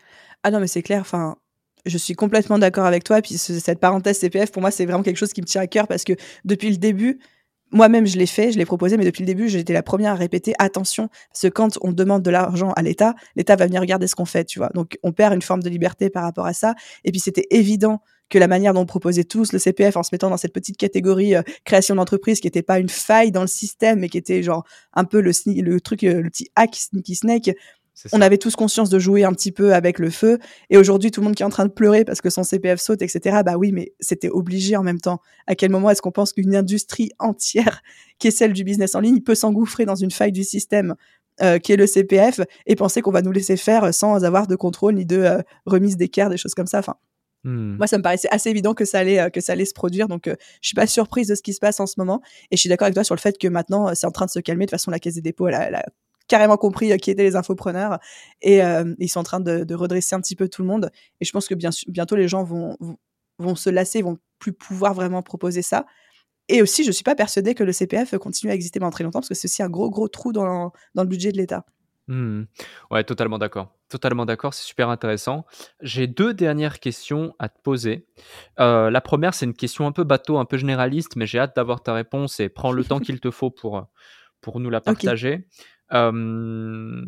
Ah non, mais c'est clair, enfin, je suis complètement d'accord avec toi. Puis ce- cette parenthèse C P F, pour moi, c'est vraiment quelque chose qui me tient à cœur parce que depuis le début, moi-même, je l'ai fait, je l'ai proposé, mais depuis le début, j'ai été la première à répéter attention, parce que quand on demande de l'argent à l'État, l'État va venir regarder ce qu'on fait, tu vois. Donc, on perd une forme de liberté par rapport à ça. Et puis, c'était évident que la manière dont on proposait tous le C P F en se mettant dans cette petite catégorie euh, création d'entreprise qui n'était pas une faille dans le système, mais qui était genre un peu le, sni- le truc, euh, le petit hack sneaky snake, C'est on ça. avait tous conscience de jouer un petit peu avec le feu. Et aujourd'hui, tout le monde qui est en train de pleurer parce que son C P F saute, et cetera. Bah oui, mais c'était obligé en même temps. À quel moment est-ce qu'on pense qu'une industrie entière, qui est celle du business en ligne, peut s'engouffrer dans une faille du système euh, qui est le C P F et penser qu'on va nous laisser faire sans avoir de contrôle ni de euh, remise d'équerre, des choses comme ça. Enfin, Hmm. moi, ça me paraissait assez évident que ça allait, euh, que ça allait se produire. Donc, euh, je suis pas surprise de ce qui se passe en ce moment. Et je suis d'accord avec toi sur le fait que maintenant, euh, c'est en train de se calmer. De toute façon, la Caisse des dépôts, elle a, elle a carrément compris euh, qui étaient les infopreneurs. Et euh, ils sont en train de, de redresser un petit peu tout le monde. Et je pense que bien, su- bientôt, les gens vont, vont, vont se lasser, vont plus pouvoir vraiment proposer ça. Et aussi, je suis pas persuadée que le C P F continue à exister pendant très longtemps parce que c'est aussi un gros, gros trou dans, dans le budget de l'État. Hmm. Ouais, totalement d'accord. Totalement d'accord, c'est super intéressant. J'ai deux dernières questions à te poser. Euh, la première, c'est une question un peu bateau, un peu généraliste, mais j'ai hâte d'avoir ta réponse et prends le temps qu'il te faut pour, pour nous la Ok. partager. Euh,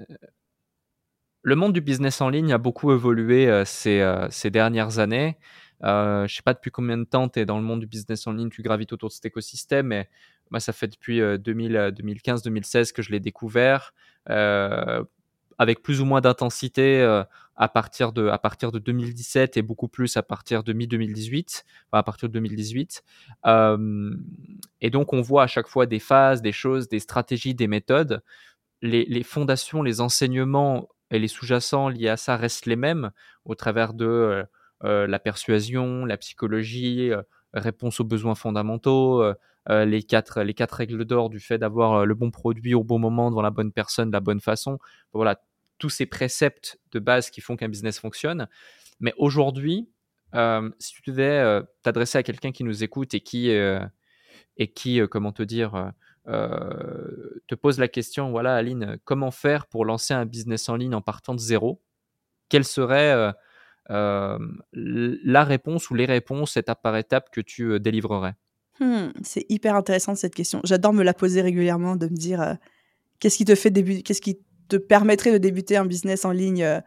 le monde du business en ligne a beaucoup évolué euh, ces, euh, ces dernières années. Euh, je sais pas depuis combien de temps tu es dans le monde du business en ligne, tu gravites autour de cet écosystème, mais moi, ça fait depuis euh, deux mille, euh, deux mille quinze, deux mille seize que je l'ai découvert, euh, avec plus ou moins d'intensité euh, à partir de, à partir de deux mille dix-sept et beaucoup plus à partir de mi-deux mille dix-huit, enfin, à partir de deux mille dix-huit. Euh, et donc, on voit à chaque fois des phases, des choses, des stratégies, des méthodes. Les, les fondations, les enseignements et les sous-jacents liés à ça restent les mêmes au travers de euh, euh, la persuasion, la psychologie, euh, réponse aux besoins fondamentaux, euh, euh, les, quatre, les quatre règles d'or du fait d'avoir euh, le bon produit au bon moment devant la bonne personne, de la bonne façon. Voilà, tous ces préceptes de base qui font qu'un business fonctionne. Mais aujourd'hui, euh, si tu devais euh, t'adresser à quelqu'un qui nous écoute et qui, euh, et qui, euh, comment te dire, euh, euh, te pose la question, voilà, Aline, comment faire pour lancer un business en ligne en partant de zéro? Quelle serait euh, euh, la réponse ou les réponses étape par étape que tu euh, délivrerais? Hmm, c'est hyper intéressant cette question. J'adore me la poser régulièrement, de me dire euh, qu'est-ce qui te fait débuter, qu'est-ce qui te permettrait de débuter un business en ligne. euh,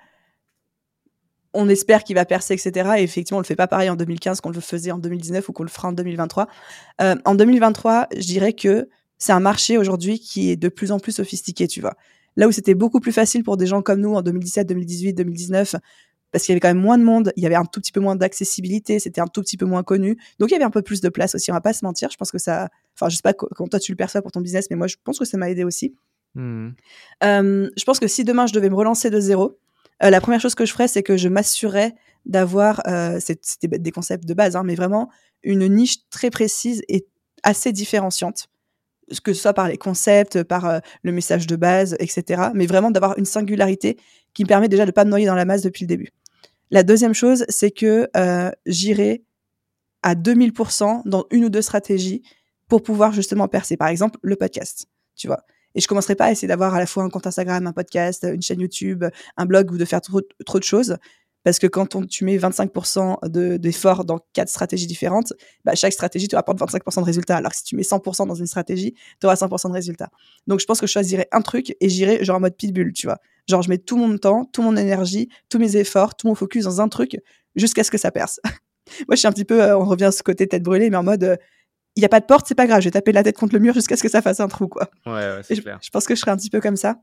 on espère qu'il va percer, et cetera. Et effectivement, on le fait pas pareil en deux mille quinze qu'on le faisait en deux mille dix-neuf ou qu'on le fera en deux mille vingt-trois. Euh, en deux mille vingt-trois, je dirais que c'est un marché aujourd'hui qui est de plus en plus sophistiqué, tu vois. Là où c'était beaucoup plus facile pour des gens comme nous en deux mille dix-sept, deux mille dix-huit, deux mille dix-neuf, parce qu'il y avait quand même moins de monde, il y avait un tout petit peu moins d'accessibilité, c'était un tout petit peu moins connu. Donc il y avait un peu plus de place aussi, on va pas se mentir. Je pense que ça, enfin je sais pas co- comment toi tu le perçois pour ton business, mais moi je pense que ça m'a aidé aussi. Hmm. Euh, je pense que si demain je devais me relancer de zéro, euh, la première chose que je ferais, c'est que je m'assurerais d'avoir, euh, c'est- c'était des concepts de base, hein, mais vraiment une niche très précise et assez différenciante, que ce soit par les concepts, par euh, le message de base, et cetera. Mais vraiment d'avoir une singularité qui me permet déjà de ne pas me noyer dans la masse depuis le début. La deuxième chose, c'est que euh, j'irai à deux mille pour cent dans une ou deux stratégies pour pouvoir justement percer. Par exemple, le podcast, tu vois. Et je commencerai pas à essayer d'avoir à la fois un compte Instagram, un podcast, une chaîne YouTube, un blog ou de faire trop, trop de choses. Parce que quand on, tu mets vingt-cinq pour cent de, d'efforts dans quatre stratégies différentes, bah, chaque stratégie te rapporte vingt-cinq pour cent de résultats. Alors que si tu mets cent pour cent dans une stratégie, tu auras cent pour cent de résultats. Donc je pense que je choisirais un truc et j'irai genre en mode pitbull, tu vois. Genre je mets tout mon temps, toute mon énergie, tous mes efforts, tout mon focus dans un truc jusqu'à ce que ça perce. Moi, je suis un petit peu, euh, on revient à ce côté tête brûlée, mais en mode, il euh, n'y a pas de porte, c'est pas grave, je vais taper la tête contre le mur jusqu'à ce que ça fasse un trou, quoi. Ouais, ouais, c'est je, clair. je pense que je serais un petit peu comme ça.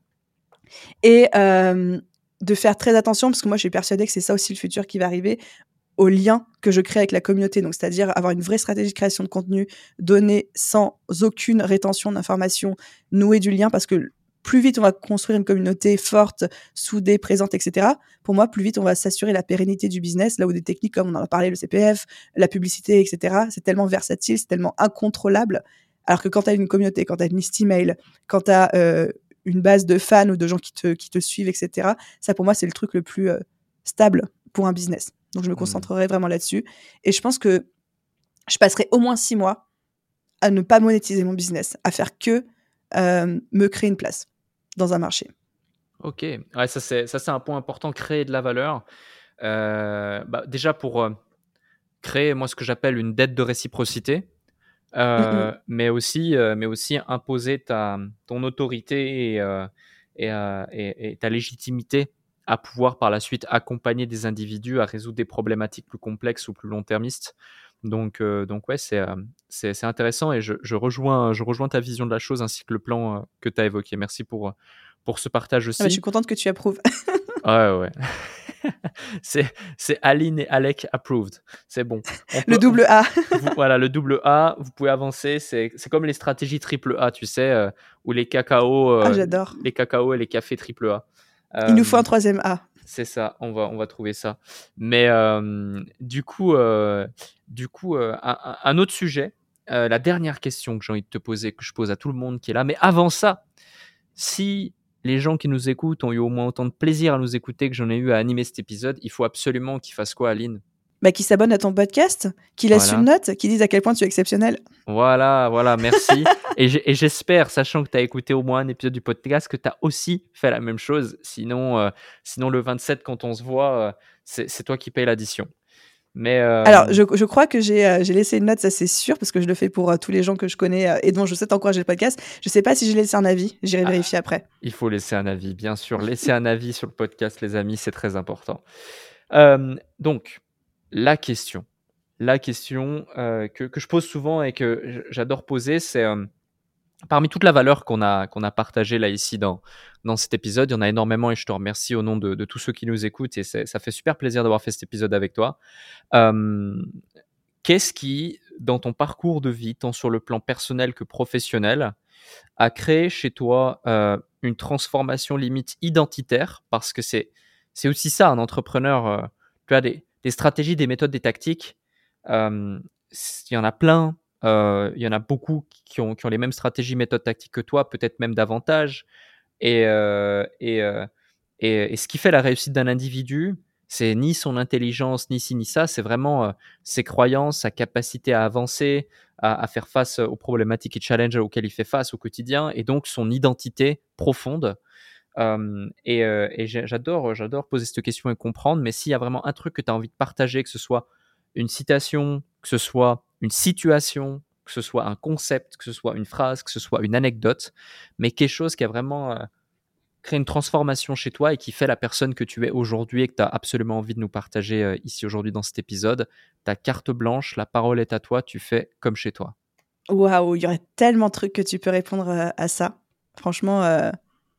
Et euh, de faire très attention, parce que moi, je suis persuadée que c'est ça aussi le futur qui va arriver, au lien que je crée avec la communauté. Donc, c'est-à-dire avoir une vraie stratégie de création de contenu, donner sans aucune rétention d'informations, nouer du lien, parce que plus vite on va construire une communauté forte, soudée, présente, et cetera, pour moi, plus vite on va s'assurer la pérennité du business, là où des techniques comme on en a parlé, le C P F, la publicité, et cetera, c'est tellement versatile, c'est tellement incontrôlable. Alors que quand tu as une communauté, quand tu as une liste email, quand tu as euh, une base de fans ou de gens qui te, qui te suivent, et cetera, ça pour moi, c'est le truc le plus euh, stable pour un business. Donc, je me concentrerai mmh. vraiment là-dessus. Et je pense que je passerai au moins six mois à ne pas monétiser mon business, à faire que euh, me créer une place dans un marché. Ok, ouais, ça c'est, ça c'est un point important, créer de la valeur. Euh, bah, déjà pour euh, créer, moi, ce que j'appelle une dette de réciprocité, euh, mmh. mais, aussi, euh, mais aussi imposer ta, ton autorité et, euh, et, euh, et, et ta légitimité à pouvoir par la suite accompagner des individus à résoudre des problématiques plus complexes ou plus long-termistes. Donc, euh, donc ouais, c'est, euh, c'est, c'est intéressant et je, je, rejoins, je rejoins ta vision de la chose ainsi que le plan euh, que tu as évoqué. Merci pour, pour ce partage aussi. Ah bah, je suis contente que tu approuves. Ouais, ouais. c'est, c'est Aline et Alec approved. C'est bon. On peut, le double A. vous, voilà, le double A, vous pouvez avancer. C'est, c'est comme les stratégies triple A, tu sais, euh, ou les cacao, euh, ah, j'adore. les cacao et les cafés triple A. Euh, Il nous faut un troisième A. C'est ça, on va, on va trouver ça. Mais euh, du coup, euh, du coup euh, un, un, autre sujet, euh, la dernière question que j'ai envie de te poser, que je pose à tout le monde qui est là. Mais avant ça, si les gens qui nous écoutent ont eu au moins autant de plaisir à nous écouter que j'en ai eu à animer cet épisode, il faut absolument qu'ils fassent quoi, Aline ? Bah, qui s'abonnent à ton podcast, qui laissent voilà. une note, qui disent à quel point tu es exceptionnel. Voilà, voilà, merci. et, et j'espère, sachant que tu as écouté au moins un épisode du podcast, que tu as aussi fait la même chose. Sinon, euh, sinon le vingt-sept, quand on se voit, euh, c'est, c'est toi qui payes l'addition. Mais euh... Alors, je, je crois que j'ai, euh, j'ai laissé une note, ça c'est sûr, parce que je le fais pour euh, tous les gens que je connais euh, et dont je sais encourager le podcast. Je ne sais pas si j'ai laissé un avis, j'irai ah, vérifier après. Il faut laisser un avis, bien sûr. Laissez un avis sur le podcast, les amis, c'est très important. Euh, donc, la question, la question euh, que, que je pose souvent et que j'adore poser, c'est euh, parmi toute la valeur qu'on a, qu'on a partagée là ici dans, dans cet épisode, il y en a énormément et je te remercie au nom de, de tous ceux qui nous écoutent et c'est, ça fait super plaisir d'avoir fait cet épisode avec toi. Euh, qu'est-ce qui, dans ton parcours de vie, tant sur le plan personnel que professionnel, a créé chez toi euh, une transformation limite identitaire, parce que c'est, c'est aussi ça, un entrepreneur, euh, tu as des, des stratégies, des méthodes, des tactiques, euh, il y en a plein, euh, il y en a beaucoup qui ont, qui ont les mêmes stratégies, méthodes, tactiques que toi, peut-être même davantage, et, euh, et, euh, et, et ce qui fait la réussite d'un individu, c'est ni son intelligence, ni ci, ni ça, c'est vraiment euh, ses croyances, sa capacité à avancer, à, à faire face aux problématiques et challenges auxquels il fait face au quotidien, et donc son identité profonde. Euh, et euh, et j'adore, j'adore poser cette question et comprendre, mais s'il y a vraiment un truc que tu as envie de partager, que ce soit une citation, que ce soit une situation, que ce soit un concept, que ce soit une phrase, que ce soit une anecdote, mais quelque chose qui a vraiment euh, créé une transformation chez toi et qui fait la personne que tu es aujourd'hui et que tu as absolument envie de nous partager euh, ici aujourd'hui dans cet épisode, ta carte blanche, la parole est à toi, tu fais comme chez toi. Waouh, il y aurait tellement de trucs que tu peux répondre euh, à ça. Franchement, euh...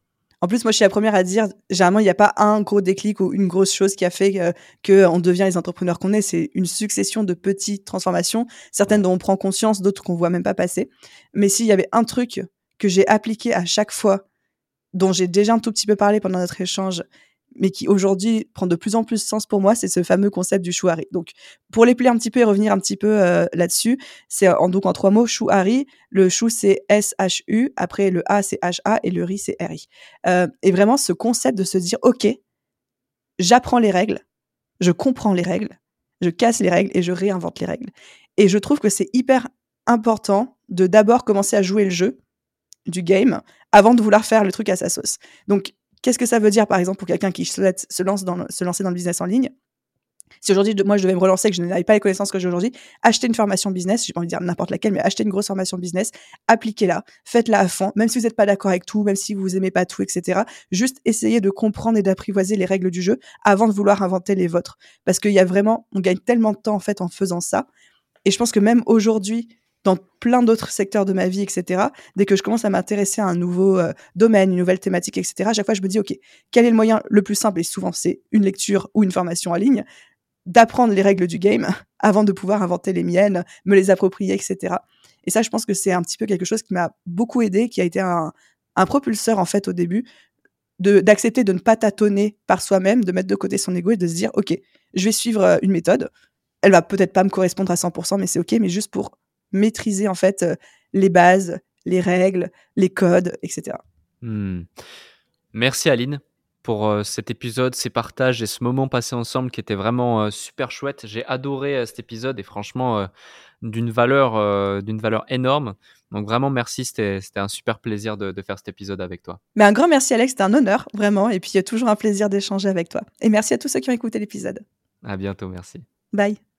en plus, moi, je suis la première à dire, généralement, il n'y a pas un gros déclic ou une grosse chose qui a fait euh, qu'on devient les entrepreneurs qu'on est. C'est une succession de petites transformations, certaines dont on prend conscience, d'autres qu'on ne voit même pas passer. Mais s'il y avait un truc que j'ai appliqué à chaque fois, dont j'ai déjà un tout petit peu parlé pendant notre échange, mais qui aujourd'hui prend de plus en plus sens pour moi, c'est ce fameux concept du chouari. Donc, pour l'épeler un petit peu et revenir un petit peu euh, là-dessus, c'est en, donc en trois mots, chouari. Le chou, c'est S H U, après le A, c'est H A, et le riz, c'est R I. Euh, et vraiment, ce concept de se dire, OK, j'apprends les règles, je comprends les règles, je casse les règles et je réinvente les règles. Et je trouve que c'est hyper important de d'abord commencer à jouer le jeu du game avant de vouloir faire le truc à sa sauce. Donc, qu'est-ce que ça veut dire, par exemple, pour quelqu'un qui souhaite se, lance dans le, se lancer dans le business en ligne ? Si aujourd'hui, de- moi, je devais me relancer, que je n'avais pas les connaissances que j'ai aujourd'hui, acheter une formation business, j'ai pas envie de dire n'importe laquelle, mais acheter une grosse formation business, appliquez-la, faites-la à fond, même si vous n'êtes pas d'accord avec tout, même si vous aimez pas tout, et cetera. Juste essayez de comprendre et d'apprivoiser les règles du jeu avant de vouloir inventer les vôtres. Parce qu'il y a vraiment, on gagne tellement de temps, en fait, en faisant ça. Et je pense que même aujourd'hui, dans plein d'autres secteurs de ma vie, et cetera, dès que je commence à m'intéresser à un nouveau euh, domaine, une nouvelle thématique, et cetera, à chaque fois, je me dis, OK, quel est le moyen le plus simple? Et souvent, c'est une lecture ou une formation en ligne, d'apprendre les règles du game avant de pouvoir inventer les miennes, me les approprier, et cetera. Et ça, je pense que c'est un petit peu quelque chose qui m'a beaucoup aidé, qui a été un, un propulseur, en fait, au début, de, d'accepter de ne pas tâtonner par soi-même, de mettre de côté son ego et de se dire, OK, je vais suivre euh, une méthode. Elle va peut-être pas me correspondre à cent pour cent, mais c'est OK, mais juste pour maîtriser, en fait, euh, les bases, les règles, les codes, et cetera. Hmm. Merci Aline pour euh, cet épisode, ces partages et ce moment passé ensemble qui était vraiment euh, super chouette. J'ai adoré euh, cet épisode et franchement euh, d'une valeur, euh, d'une valeur énorme. Donc vraiment merci, c'était, c'était un super plaisir de, de faire cet épisode avec toi. Mais un grand merci, Alex, c'était un honneur, vraiment, et puis il y a toujours un plaisir d'échanger avec toi. Et merci à tous ceux qui ont écouté l'épisode. À bientôt, merci. Bye.